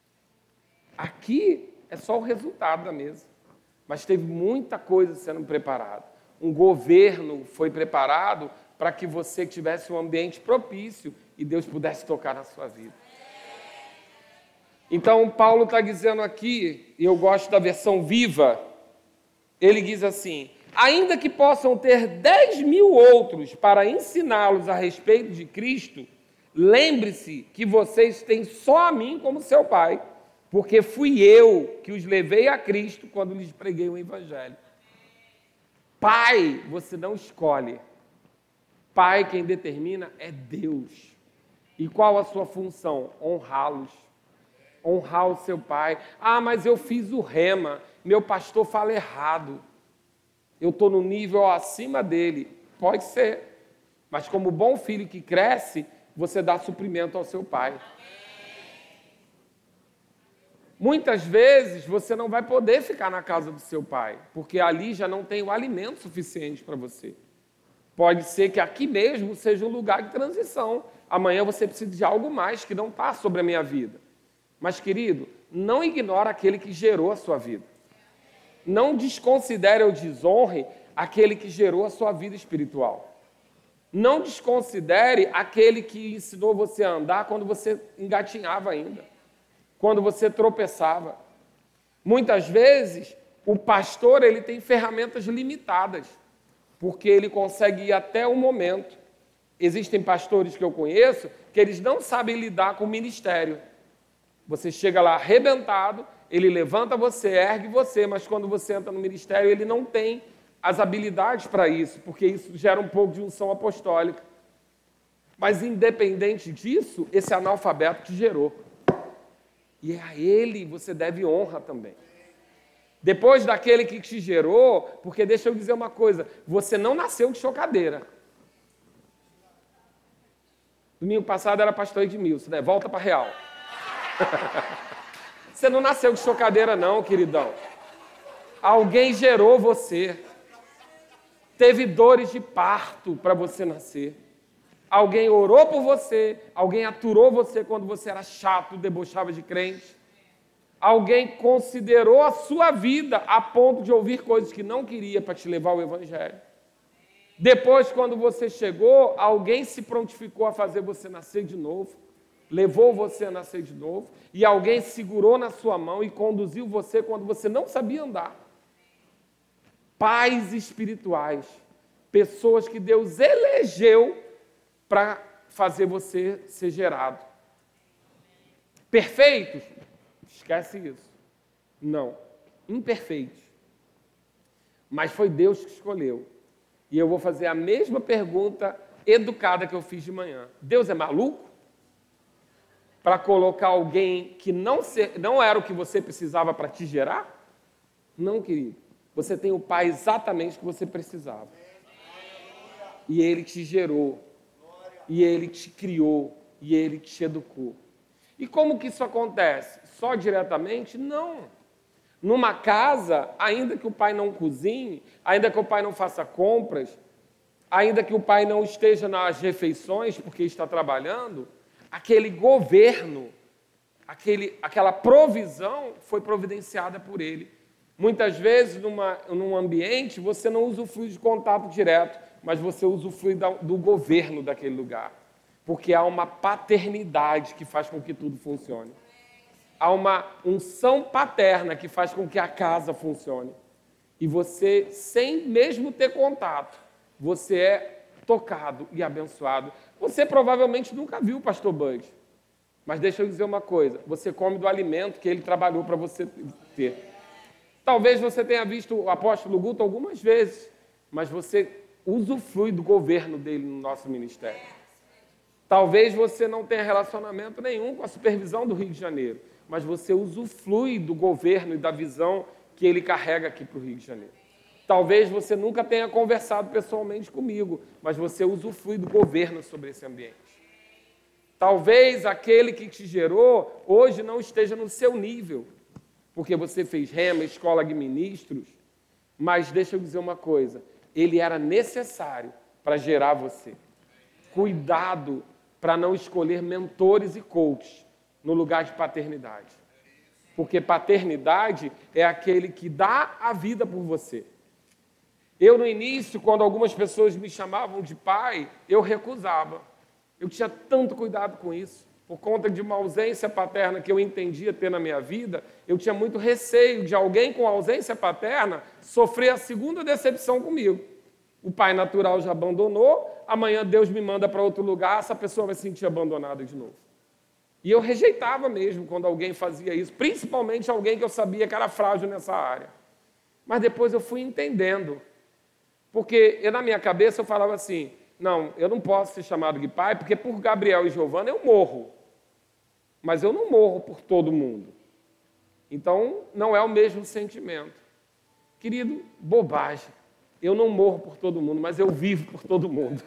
Speaker 2: Aqui é só o resultado da mesa, mas teve muita coisa sendo preparada. Um governo foi preparado para que você tivesse um ambiente propício e Deus pudesse tocar na sua vida. Então, Paulo está dizendo aqui, e eu gosto da versão viva, ele diz assim, ainda que possam ter dez mil outros para ensiná-los a respeito de Cristo, lembre-se que vocês têm só a mim como seu pai, porque fui eu que os levei a Cristo quando lhes preguei o Evangelho. Pai, você não escolhe. Pai, quem determina é Deus. E qual a sua função? Honrá-los. Honrar o seu pai. Ah, mas eu fiz o rema. Meu pastor fala errado. Eu estou no nível acima dele. Pode ser. Mas como bom filho que cresce, você dá suprimento ao seu pai. Muitas vezes você não vai poder ficar na casa do seu pai, porque ali já não tem o alimento suficiente para você. Pode ser que aqui mesmo seja um lugar de transição. Amanhã você precisa de algo mais que não está sobre a minha vida. Mas, querido, não ignore aquele que gerou a sua vida. Não desconsidere ou desonre aquele que gerou a sua vida espiritual. Não desconsidere aquele que ensinou você a andar quando você engatinhava ainda, quando você tropeçava. Muitas vezes, o pastor ele tem ferramentas limitadas, porque ele consegue ir até o momento. Existem pastores que eu conheço que eles não sabem lidar com o ministério. Você chega lá arrebentado, ele levanta você, ergue você, mas quando você entra no ministério, ele não tem as habilidades para isso, porque isso gera um pouco de unção apostólica. Mas, independente disso, esse analfabeto te gerou. E a ele você deve honra também. Depois daquele que te gerou, porque deixa eu dizer uma coisa, você não nasceu de chocadeira. Domingo passado era pastor Edmilson, né? Volta para real. Você não nasceu de chocadeira não, queridão. Alguém gerou você. Teve dores de parto para você nascer. Alguém orou por você, alguém aturou você quando você era chato, debochava de crente. Alguém considerou a sua vida a ponto de ouvir coisas que não queria para te levar ao evangelho. Depois, quando você chegou, alguém se prontificou a fazer você nascer de novo, levou você a nascer de novo, e alguém segurou na sua mão e conduziu você quando você não sabia andar. Pais espirituais, pessoas que Deus elegeu para fazer você ser gerado. Perfeitos? Esquece isso. Não. Imperfeitos. Mas foi Deus que escolheu. E eu vou fazer a mesma pergunta educada que eu fiz de manhã. Deus é maluco? Para colocar alguém que não, ser, não era o que você precisava para te gerar? Não, querido. Você tem o pai exatamente que você precisava. E ele te gerou. E ele te criou. E ele te educou. E como que isso acontece? Só diretamente? Não. Numa casa, ainda que o pai não cozinhe, ainda que o pai não faça compras, ainda que o pai não esteja nas refeições porque está trabalhando, aquele governo, aquele, aquela provisão foi providenciada por ele. Muitas vezes, numa, num ambiente, você não usufrui de contato direto, mas você usufrui da, do governo daquele lugar. Porque há uma paternidade que faz com que tudo funcione. Há uma unção paterna que faz com que a casa funcione. E você, sem mesmo ter contato, você é tocado e abençoado. Você provavelmente nunca viu o pastor Bud. Mas deixa eu dizer uma coisa, você come do alimento que ele trabalhou para você ter. Talvez você tenha visto o apóstolo Guto algumas vezes, mas você usufrui do governo dele no nosso ministério. Talvez você não tenha relacionamento nenhum com a supervisão do Rio de Janeiro, mas você usufrui do governo e da visão que ele carrega aqui para o Rio de Janeiro. Talvez você nunca tenha conversado pessoalmente comigo, mas você usufrui do governo sobre esse ambiente. Talvez aquele que te gerou hoje não esteja no seu nível, porque você fez rema, escola de ministros, mas deixa eu dizer uma coisa, ele era necessário para gerar você. Cuidado para não escolher mentores e coaches no lugar de paternidade. Porque paternidade é aquele que dá a vida por você. Eu, no início, quando algumas pessoas me chamavam de pai, eu recusava. Eu tinha tanto cuidado com isso. Por conta de uma ausência paterna que eu entendia ter na minha vida, eu tinha muito receio de alguém com ausência paterna sofrer a segunda decepção comigo. O pai natural já abandonou, amanhã Deus me manda para outro lugar, essa pessoa vai se sentir abandonada de novo. E eu rejeitava mesmo quando alguém fazia isso, principalmente alguém que eu sabia que era frágil nessa área. Mas depois eu fui entendendo. Porque eu, na minha cabeça eu falava assim, não, eu não posso ser chamado de pai, porque por Gabriel e Giovana eu morro. Mas eu não morro por todo mundo. Então, não é o mesmo sentimento. Querido, bobagem. Eu não morro por todo mundo, mas eu vivo por todo mundo.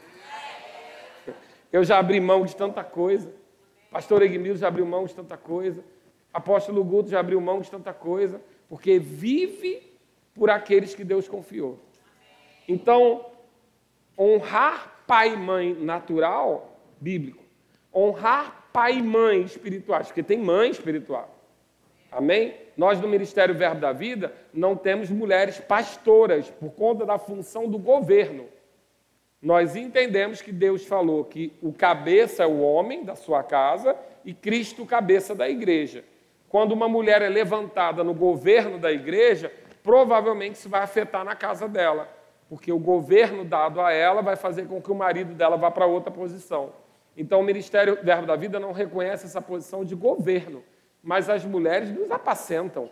Speaker 2: Eu já abri mão de tanta coisa. Pastor Egmil já abriu mão de tanta coisa. Apóstolo Guto já abriu mão de tanta coisa. Porque vive por aqueles que Deus confiou. Então, Honrar pai e mãe natural, bíblico. Honrar pai e mãe espirituais, porque tem mãe espiritual. Amém? Nós, no Ministério Verbo da Vida, não temos mulheres pastoras por conta da função do governo. Nós entendemos que Deus falou que o cabeça é o homem da sua casa e Cristo o cabeça da igreja. Quando uma mulher é levantada no governo da igreja, provavelmente isso vai afetar na casa dela, porque o governo dado a ela vai fazer com que o marido dela vá para outra posição. Então, o Ministério Verbo da Vida não reconhece essa posição de governo, mas as mulheres nos apacentam.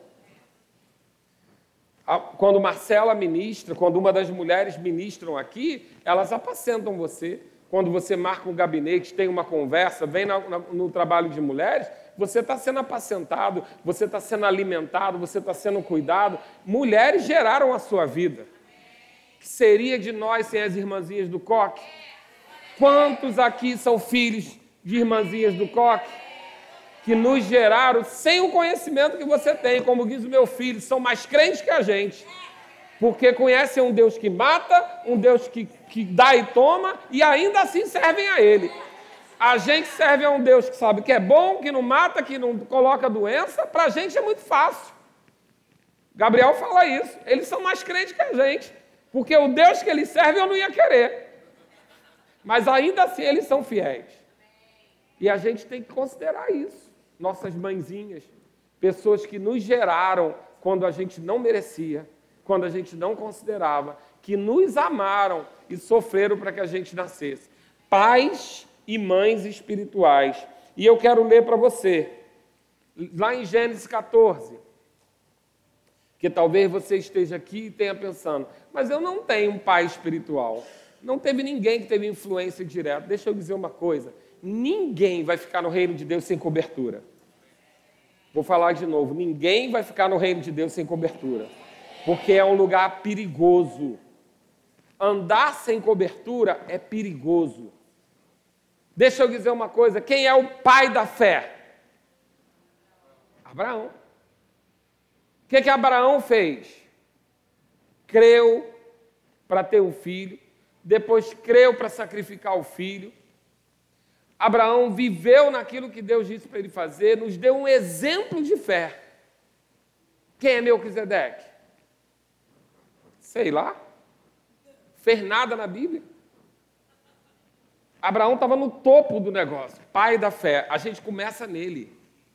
Speaker 2: Quando Marcela ministra, quando uma das mulheres ministram aqui, elas apacentam você. Quando você marca um gabinete, tem uma conversa, vem na, na, no trabalho de mulheres, você está sendo apacentado, você está sendo alimentado, você está sendo cuidado. Mulheres geraram a sua vida. O que seria de nós sem as irmãzinhas do coque? Quantos aqui são filhos de irmãzinhas do coque? Que nos geraram sem o conhecimento que você tem. Como diz o meu filho, são mais crentes que a gente. Porque conhecem um Deus que mata, um Deus que, que dá e toma, e ainda assim servem a Ele. A gente serve a um Deus que sabe que é bom, que não mata, que não coloca doença. Para a gente é muito fácil. Gabriel fala isso. Eles são mais crentes que a gente. Porque o Deus que eles servem eu não ia querer. Mas ainda assim eles são fiéis. E a gente tem que considerar isso. Nossas mãezinhas, pessoas que nos geraram quando a gente não merecia, quando a gente não considerava, que nos amaram e sofreram para que a gente nascesse. Pais e mães espirituais. E eu quero ler para você, lá em Gênesis catorze, que talvez você esteja aqui e tenha pensando, mas eu não tenho um pai espiritual. Não teve ninguém que teve influência direta. Deixa eu dizer uma coisa, ninguém vai ficar no reino de Deus sem cobertura. Vou falar de novo, ninguém vai ficar no reino de Deus sem cobertura. Porque é um lugar perigoso. Andar sem cobertura é perigoso. Deixa eu dizer uma coisa, quem é o pai da fé? Abraão. O que que Abraão fez? Creu para ter um filho, depois creu para sacrificar o filho. Abraão viveu naquilo que Deus disse para ele fazer, nos deu um exemplo de fé. Quem é Melquisedeque? Sei lá. Fez nada na Bíblia. Abraão estava no topo do negócio, pai da fé. A gente começa nele.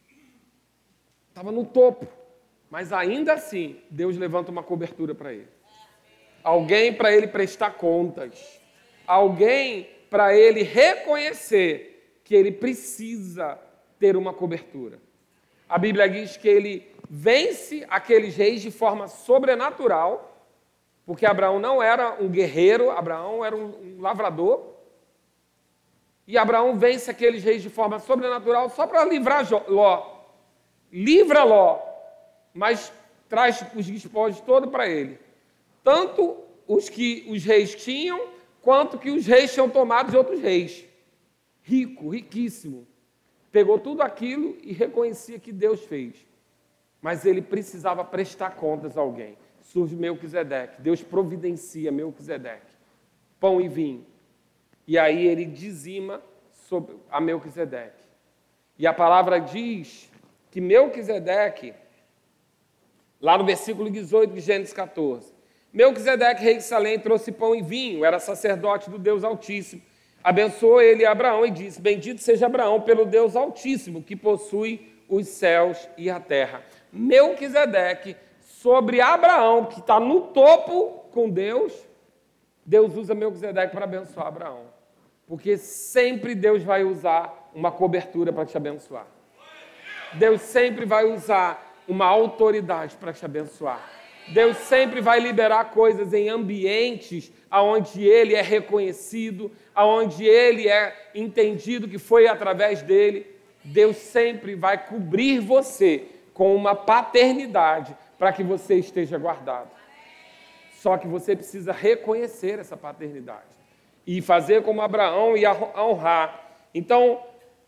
Speaker 2: Estava no topo. Mas ainda assim, Deus levanta uma cobertura para ele. Alguém para ele prestar contas. Alguém para ele reconhecer que ele precisa ter uma cobertura. A Bíblia diz que ele vence aqueles reis de forma sobrenatural, porque Abraão não era um guerreiro, Abraão era um lavrador, e Abraão vence aqueles reis de forma sobrenatural só para livrar Ló. Livra Ló, mas traz os despojos todos para ele. Tanto os que os reis tinham, quanto que os reis tinham tomado de outros reis. Rico, riquíssimo. Pegou tudo aquilo e reconhecia que Deus fez. Mas ele precisava prestar contas a alguém. Surge Melquisedeque. Deus providencia Melquisedeque. Pão e vinho. E aí ele dizima sobre a Melquisedeque. E a palavra diz que Melquisedeque, lá no versículo dezoito de Gênesis catorze, Melquisedeque, rei de Salém, trouxe pão e vinho, era sacerdote do Deus Altíssimo. Abençoou ele a Abraão e disse, bendito seja Abraão pelo Deus Altíssimo, que possui os céus e a terra. Melquisedeque, sobre Abraão, que está no topo com Deus, Deus usa Melquisedeque para abençoar Abraão. Porque sempre Deus vai usar uma cobertura para te abençoar. Deus sempre vai usar uma autoridade para te abençoar. Deus sempre vai liberar coisas em ambientes onde Ele é reconhecido, onde Ele é entendido que foi através dEle. Deus sempre vai cobrir você com uma paternidade para que você esteja guardado. Só que você precisa reconhecer essa paternidade e fazer como Abraão e honrar. Então,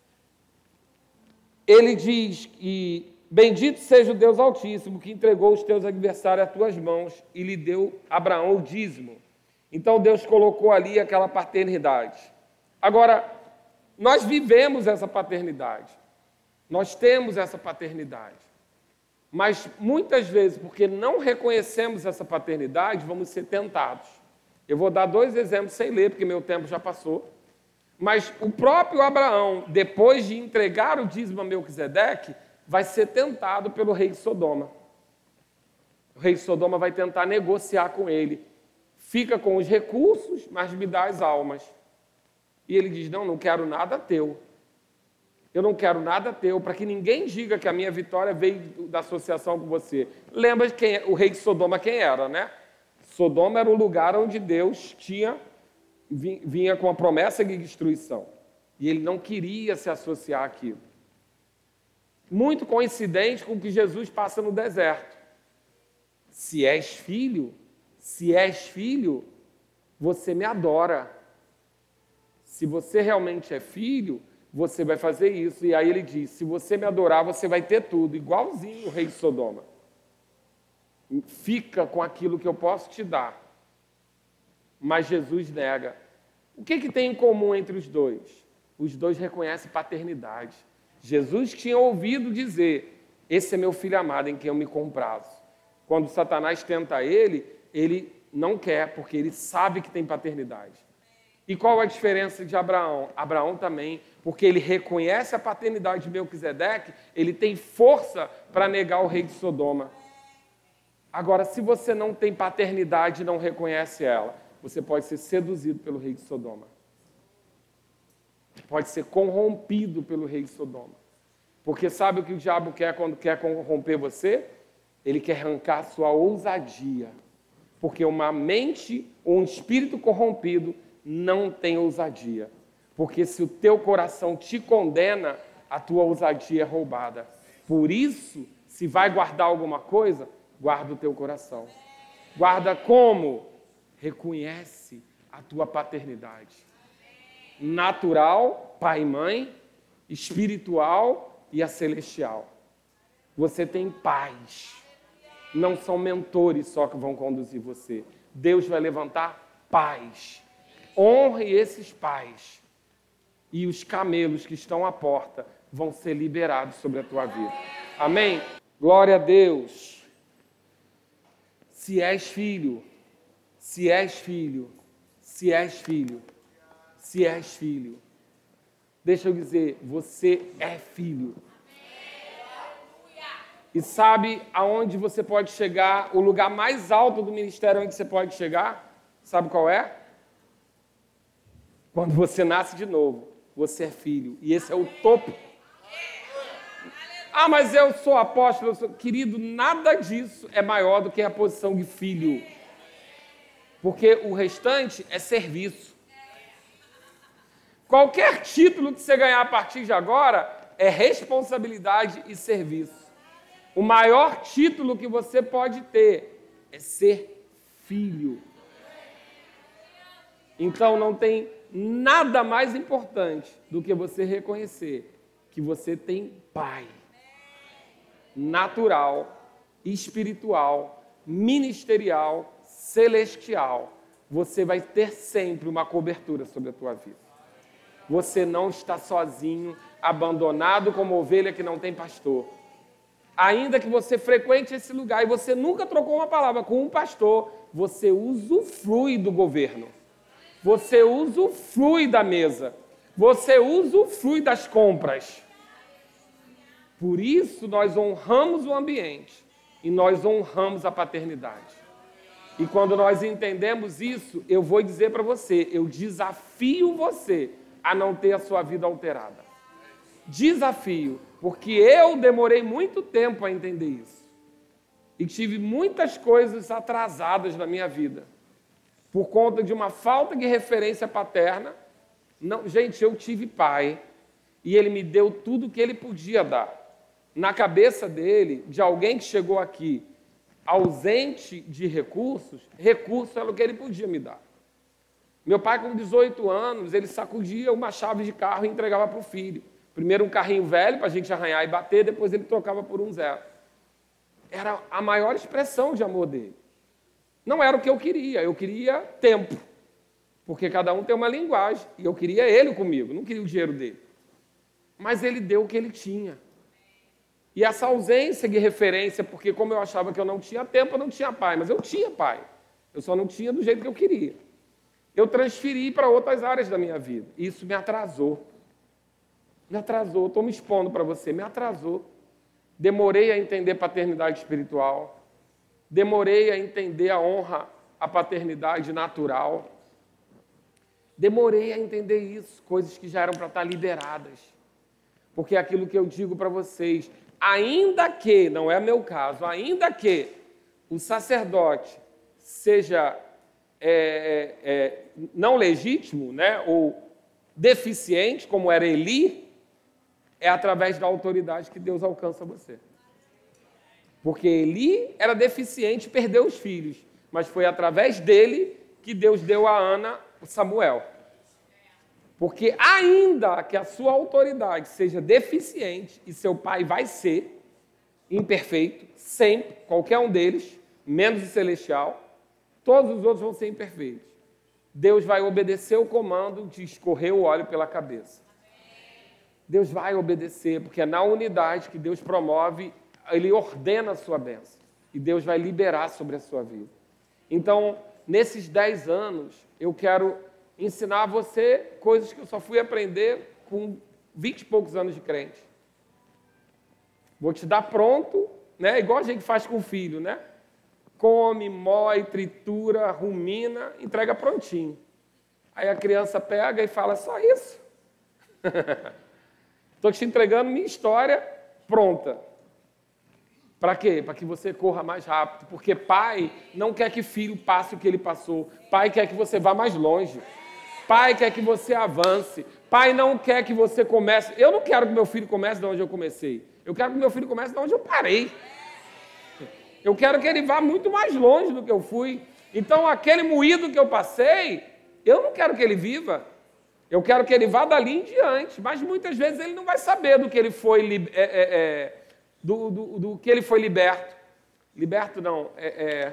Speaker 2: ele diz que bendito seja o Deus Altíssimo, que entregou os teus adversários às tuas mãos e lhe deu Abraão o dízimo. Então Deus colocou ali aquela paternidade. Agora, nós vivemos essa paternidade. Nós temos essa paternidade. Mas muitas vezes, porque não reconhecemos essa paternidade, vamos ser tentados. Eu vou dar dois exemplos sem ler, porque meu tempo já passou. Mas o próprio Abraão, depois de entregar o dízimo a Melquisedeque, vai ser tentado pelo rei de Sodoma. O rei de Sodoma vai tentar negociar com ele. Fica com os recursos, mas me dá as almas. E ele diz, não, não quero nada teu. Eu não quero nada teu, para que ninguém diga que a minha vitória veio da associação com você. Lembra quem, o rei de Sodoma quem era, né? Sodoma era o lugar onde Deus tinha, vinha com a promessa de destruição. E ele não queria se associar àquilo. Muito coincidente com o que Jesus passa no deserto. Se és filho, se és filho, você me adora. Se você realmente é filho, você vai fazer isso. E aí ele diz, se você me adorar, você vai ter tudo, igualzinho o rei de Sodoma. Fica com aquilo que eu posso te dar. Mas Jesus nega. O que, que tem em comum entre os dois? Os dois reconhecem paternidade. Jesus tinha ouvido dizer, esse é meu filho amado em quem eu me comprazo. Quando Satanás tenta ele, ele não quer, porque ele sabe que tem paternidade. E qual a diferença de Abraão? Abraão também, porque ele reconhece a paternidade de Melquisedeque, ele tem força para negar o rei de Sodoma. Agora, se você não tem paternidade e não reconhece ela, você pode ser seduzido pelo rei de Sodoma. Pode ser corrompido pelo rei de Sodoma. Porque sabe o que o diabo quer quando quer corromper você? Ele quer arrancar a sua ousadia. Porque uma mente ou um espírito corrompido não tem ousadia. Porque se o teu coração te condena, a tua ousadia é roubada. Por isso, se vai guardar alguma coisa, guarda o teu coração. Guarda como? Reconhece a tua paternidade. Natural, pai e mãe, espiritual e a celestial. Você tem pais. Não são mentores só que vão conduzir você. Deus vai levantar pais. Honre esses pais. E os camelos que estão à porta vão ser liberados sobre a tua vida. Amém? Glória a Deus. Se és filho, se és filho, se és filho, se és filho. Deixa eu dizer, você é filho. E sabe aonde você pode chegar? O lugar mais alto do ministério onde você pode chegar? Sabe qual é? Quando você nasce de novo, você é filho. E esse é o topo. Ah, mas eu sou apóstolo. Eu sou... Querido, nada disso é maior do que a posição de filho. Porque o restante é serviço. Qualquer título que você ganhar a partir de agora é responsabilidade e serviço. O maior título que você pode ter é ser filho. Então não tem nada mais importante do que você reconhecer que você tem pai. Natural, espiritual, ministerial, celestial. Você vai ter sempre uma cobertura sobre a tua vida. Você não está sozinho, abandonado como ovelha que não tem pastor. Ainda que você frequente esse lugar e você nunca trocou uma palavra com um pastor, você usufrui do governo. Você usufrui da mesa. Você usufrui das compras. Por isso nós honramos o ambiente e nós honramos a paternidade. E quando nós entendemos isso, eu vou dizer para você, eu desafio você a não ter a sua vida alterada. Desafio, porque eu demorei muito tempo a entender isso. E tive muitas coisas atrasadas na minha vida. Por conta de uma falta de referência paterna. Não, gente, eu tive pai e ele me deu tudo o que ele podia dar. Na cabeça dele, de alguém que chegou aqui ausente de recursos, recurso era o que ele podia me dar. Meu pai, com dezoito anos, ele sacudia uma chave de carro e entregava para o filho. Primeiro um carrinho velho para a gente arranhar e bater, depois ele trocava por um zero. Era a maior expressão de amor dele. Não era o que eu queria, eu queria tempo. Porque cada um tem uma linguagem, e eu queria ele comigo, não queria o dinheiro dele. Mas ele deu o que ele tinha. E essa ausência de referência, porque como eu achava que eu não tinha tempo, eu não tinha pai, mas eu tinha pai. Eu só não tinha do jeito que eu queria. Eu transferi para outras áreas da minha vida. E isso me atrasou. Me atrasou, estou me expondo para você, me atrasou. Demorei a entender paternidade espiritual. Demorei a entender a honra à paternidade natural. Demorei a entender isso, coisas que já eram para estar liberadas. Porque é aquilo que eu digo para vocês, ainda que, não é meu caso, ainda que o sacerdote seja é, é, não legítimo, né, ou deficiente, como era Eli, é através da autoridade que Deus alcança você. Porque Eli era deficiente e perdeu os filhos, mas foi através dele que Deus deu a Ana o Samuel. Porque ainda que a sua autoridade seja deficiente, e seu pai vai ser imperfeito, sempre, qualquer um deles, menos o celestial, todos os outros vão ser imperfeitos. Deus vai obedecer o comando de escorrer o óleo pela cabeça. Deus vai obedecer, porque é na unidade que Deus promove, Ele ordena a sua bênção. E Deus vai liberar sobre a sua vida. Então, nesses dez anos, eu quero ensinar a você coisas que eu só fui aprender com vinte e poucos anos de crente. Vou te dar pronto, né? Igual a gente faz com o filho, né? Come, moe, tritura, rumina, entrega prontinho. Aí a criança pega e fala, só isso? Estou te entregando minha história pronta. Para quê? Para que você corra mais rápido. Porque pai não quer que filho passe o que ele passou. Pai quer que você vá mais longe. Pai quer que você avance. Pai não quer que você comece. Eu não quero que meu filho comece de onde eu comecei. Eu quero que meu filho comece de onde eu parei. Eu quero que ele vá muito mais longe do que eu fui. Então, aquele moído que eu passei, eu não quero que ele viva. Eu quero que ele vá dali em diante. Mas muitas vezes ele não vai saber do que ele foi, é, é, é, do, do, do que ele foi liberto. Liberto não, é, é,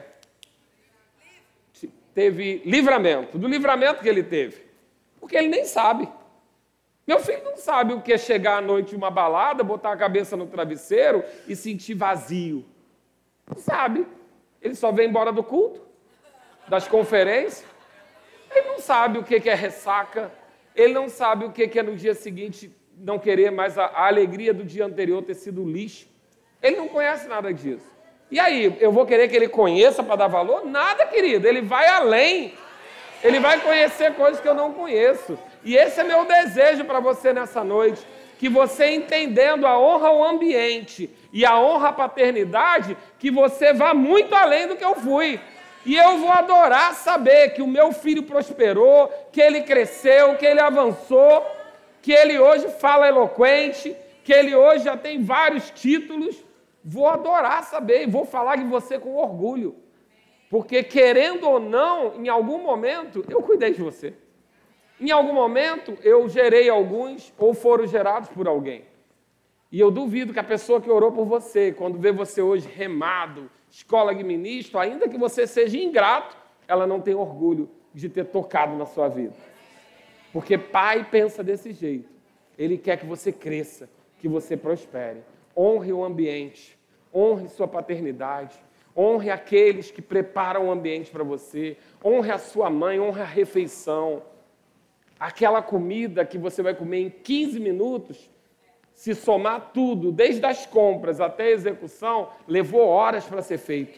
Speaker 2: teve livramento. Do livramento que ele teve. Porque ele nem sabe. Meu filho não sabe o que é chegar à noite em uma balada, botar a cabeça no travesseiro e sentir vazio. Não sabe. Ele só vem embora do culto, das conferências. Ele não sabe o que é ressaca. Ele não sabe o que é no dia seguinte não querer mais a, a alegria do dia anterior ter sido lixo. Ele não conhece nada disso. E aí, eu vou querer que ele conheça para dar valor? Nada, querido. Ele vai além. Ele vai conhecer coisas que eu não conheço. E esse é meu desejo para você nessa noite. Que você, entendendo a honra ao ambiente e a honra à paternidade, que você vá muito além do que eu fui. E eu vou adorar saber que o meu filho prosperou, que ele cresceu, que ele avançou, que ele hoje fala eloquente, que ele hoje já tem vários títulos. Vou adorar saber e vou falar de você com orgulho. Porque, querendo ou não, em algum momento, eu cuidei de você. Em algum momento, eu gerei alguns ou foram gerados por alguém. E eu duvido que a pessoa que orou por você, quando vê você hoje remado, escola de ministro, ainda que você seja ingrato, ela não tem orgulho de ter tocado na sua vida. Porque pai pensa desse jeito. Ele quer que você cresça, que você prospere. Honre o ambiente, honre sua paternidade, honre aqueles que preparam o ambiente para você, honre a sua mãe, honre a refeição. Aquela comida que você vai comer em quinze minutos, se somar tudo, desde as compras até a execução, levou horas para ser feito.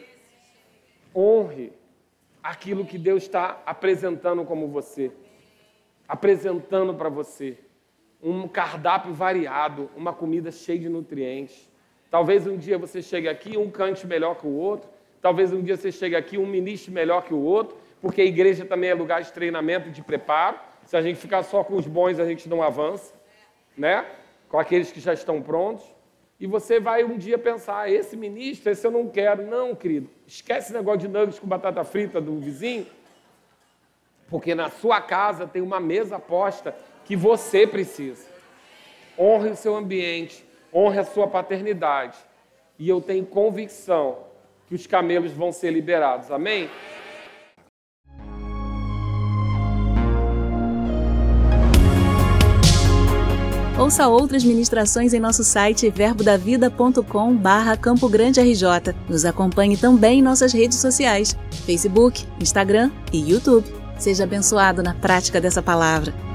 Speaker 2: Honre aquilo que Deus está apresentando como você, apresentando para você. Um cardápio variado, uma comida cheia de nutrientes. Talvez um dia você chegue aqui, um cante melhor que o outro. Talvez um dia você chegue aqui, um ministre melhor que o outro, porque a igreja também é lugar de treinamento e de preparo. Se a gente ficar só com os bons, a gente não avança, né? Com aqueles que já estão prontos. E você vai um dia pensar, ah, esse ministro, esse eu não quero. Não, querido, esquece esse negócio de nuggets com batata frita do vizinho, porque na sua casa tem uma mesa posta que você precisa. Honre o seu ambiente, honre a sua paternidade. E eu tenho convicção que os camelos vão ser liberados. Amém?
Speaker 1: Ouça outras ministrações em nosso site verbo da vida ponto com barra Campo Grande R J. Nos acompanhe também em nossas redes sociais, Facebook, Instagram e YouTube. Seja abençoado na prática dessa palavra.